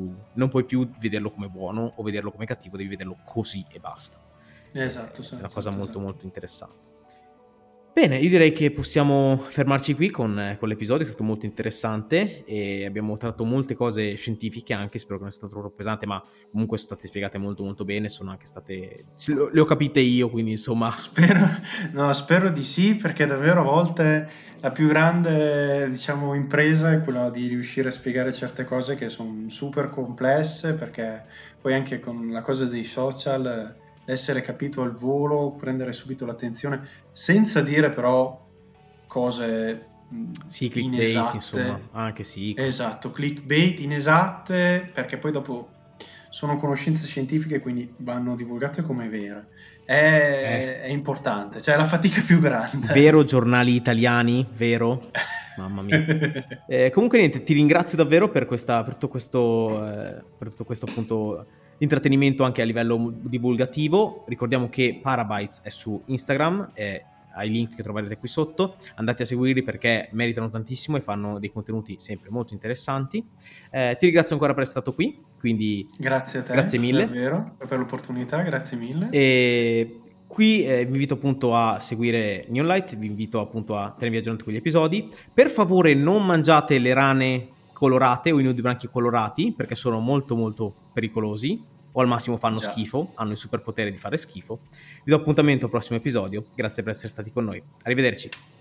più vederlo come buono o vederlo come cattivo, devi vederlo così e basta. Esatto, È una cosa molto esatto. molto interessante. Bene, io direi che possiamo fermarci qui con l'episodio, è stato molto interessante e abbiamo trattato molte cose scientifiche anche, spero che non sia stato troppo pesante, ma comunque sono state spiegate molto molto bene, sono anche state... le ho capite io, quindi insomma... Spero di sì, perché davvero a volte la più grande, diciamo, impresa è quella di riuscire a spiegare certe cose che sono super complesse, perché poi anche con la cosa dei social, l'essere capito al volo, prendere subito l'attenzione, senza dire però cose Sì, clickbait, insomma, inesatte. anche sì. Esatto, clickbait inesatte, perché poi dopo sono conoscenze scientifiche, quindi vanno divulgate come vere. È importante, cioè è la fatica più grande. Vero, giornali italiani, vero? Mamma mia. Comunque niente, ti ringrazio davvero per tutto questo appunto intrattenimento anche a livello divulgativo. Ricordiamo che Parabytes è su Instagram, ai link che troverete qui sotto, andate a seguirli perché meritano tantissimo e fanno dei contenuti sempre molto interessanti. Ti ringrazio ancora per essere stato qui, quindi Grazie a te, grazie mille. davvero, per l'opportunità, grazie mille. E qui vi invito appunto a seguire Neonlight, vi invito appunto a tenervi aggiornati con gli episodi. Per favore non mangiate le rane colorate o i nudibranchi colorati perché sono molto molto pericolosi o al massimo fanno Già. schifo, hanno il superpotere di fare schifo. Vi do appuntamento al prossimo episodio, grazie per essere stati con noi, arrivederci.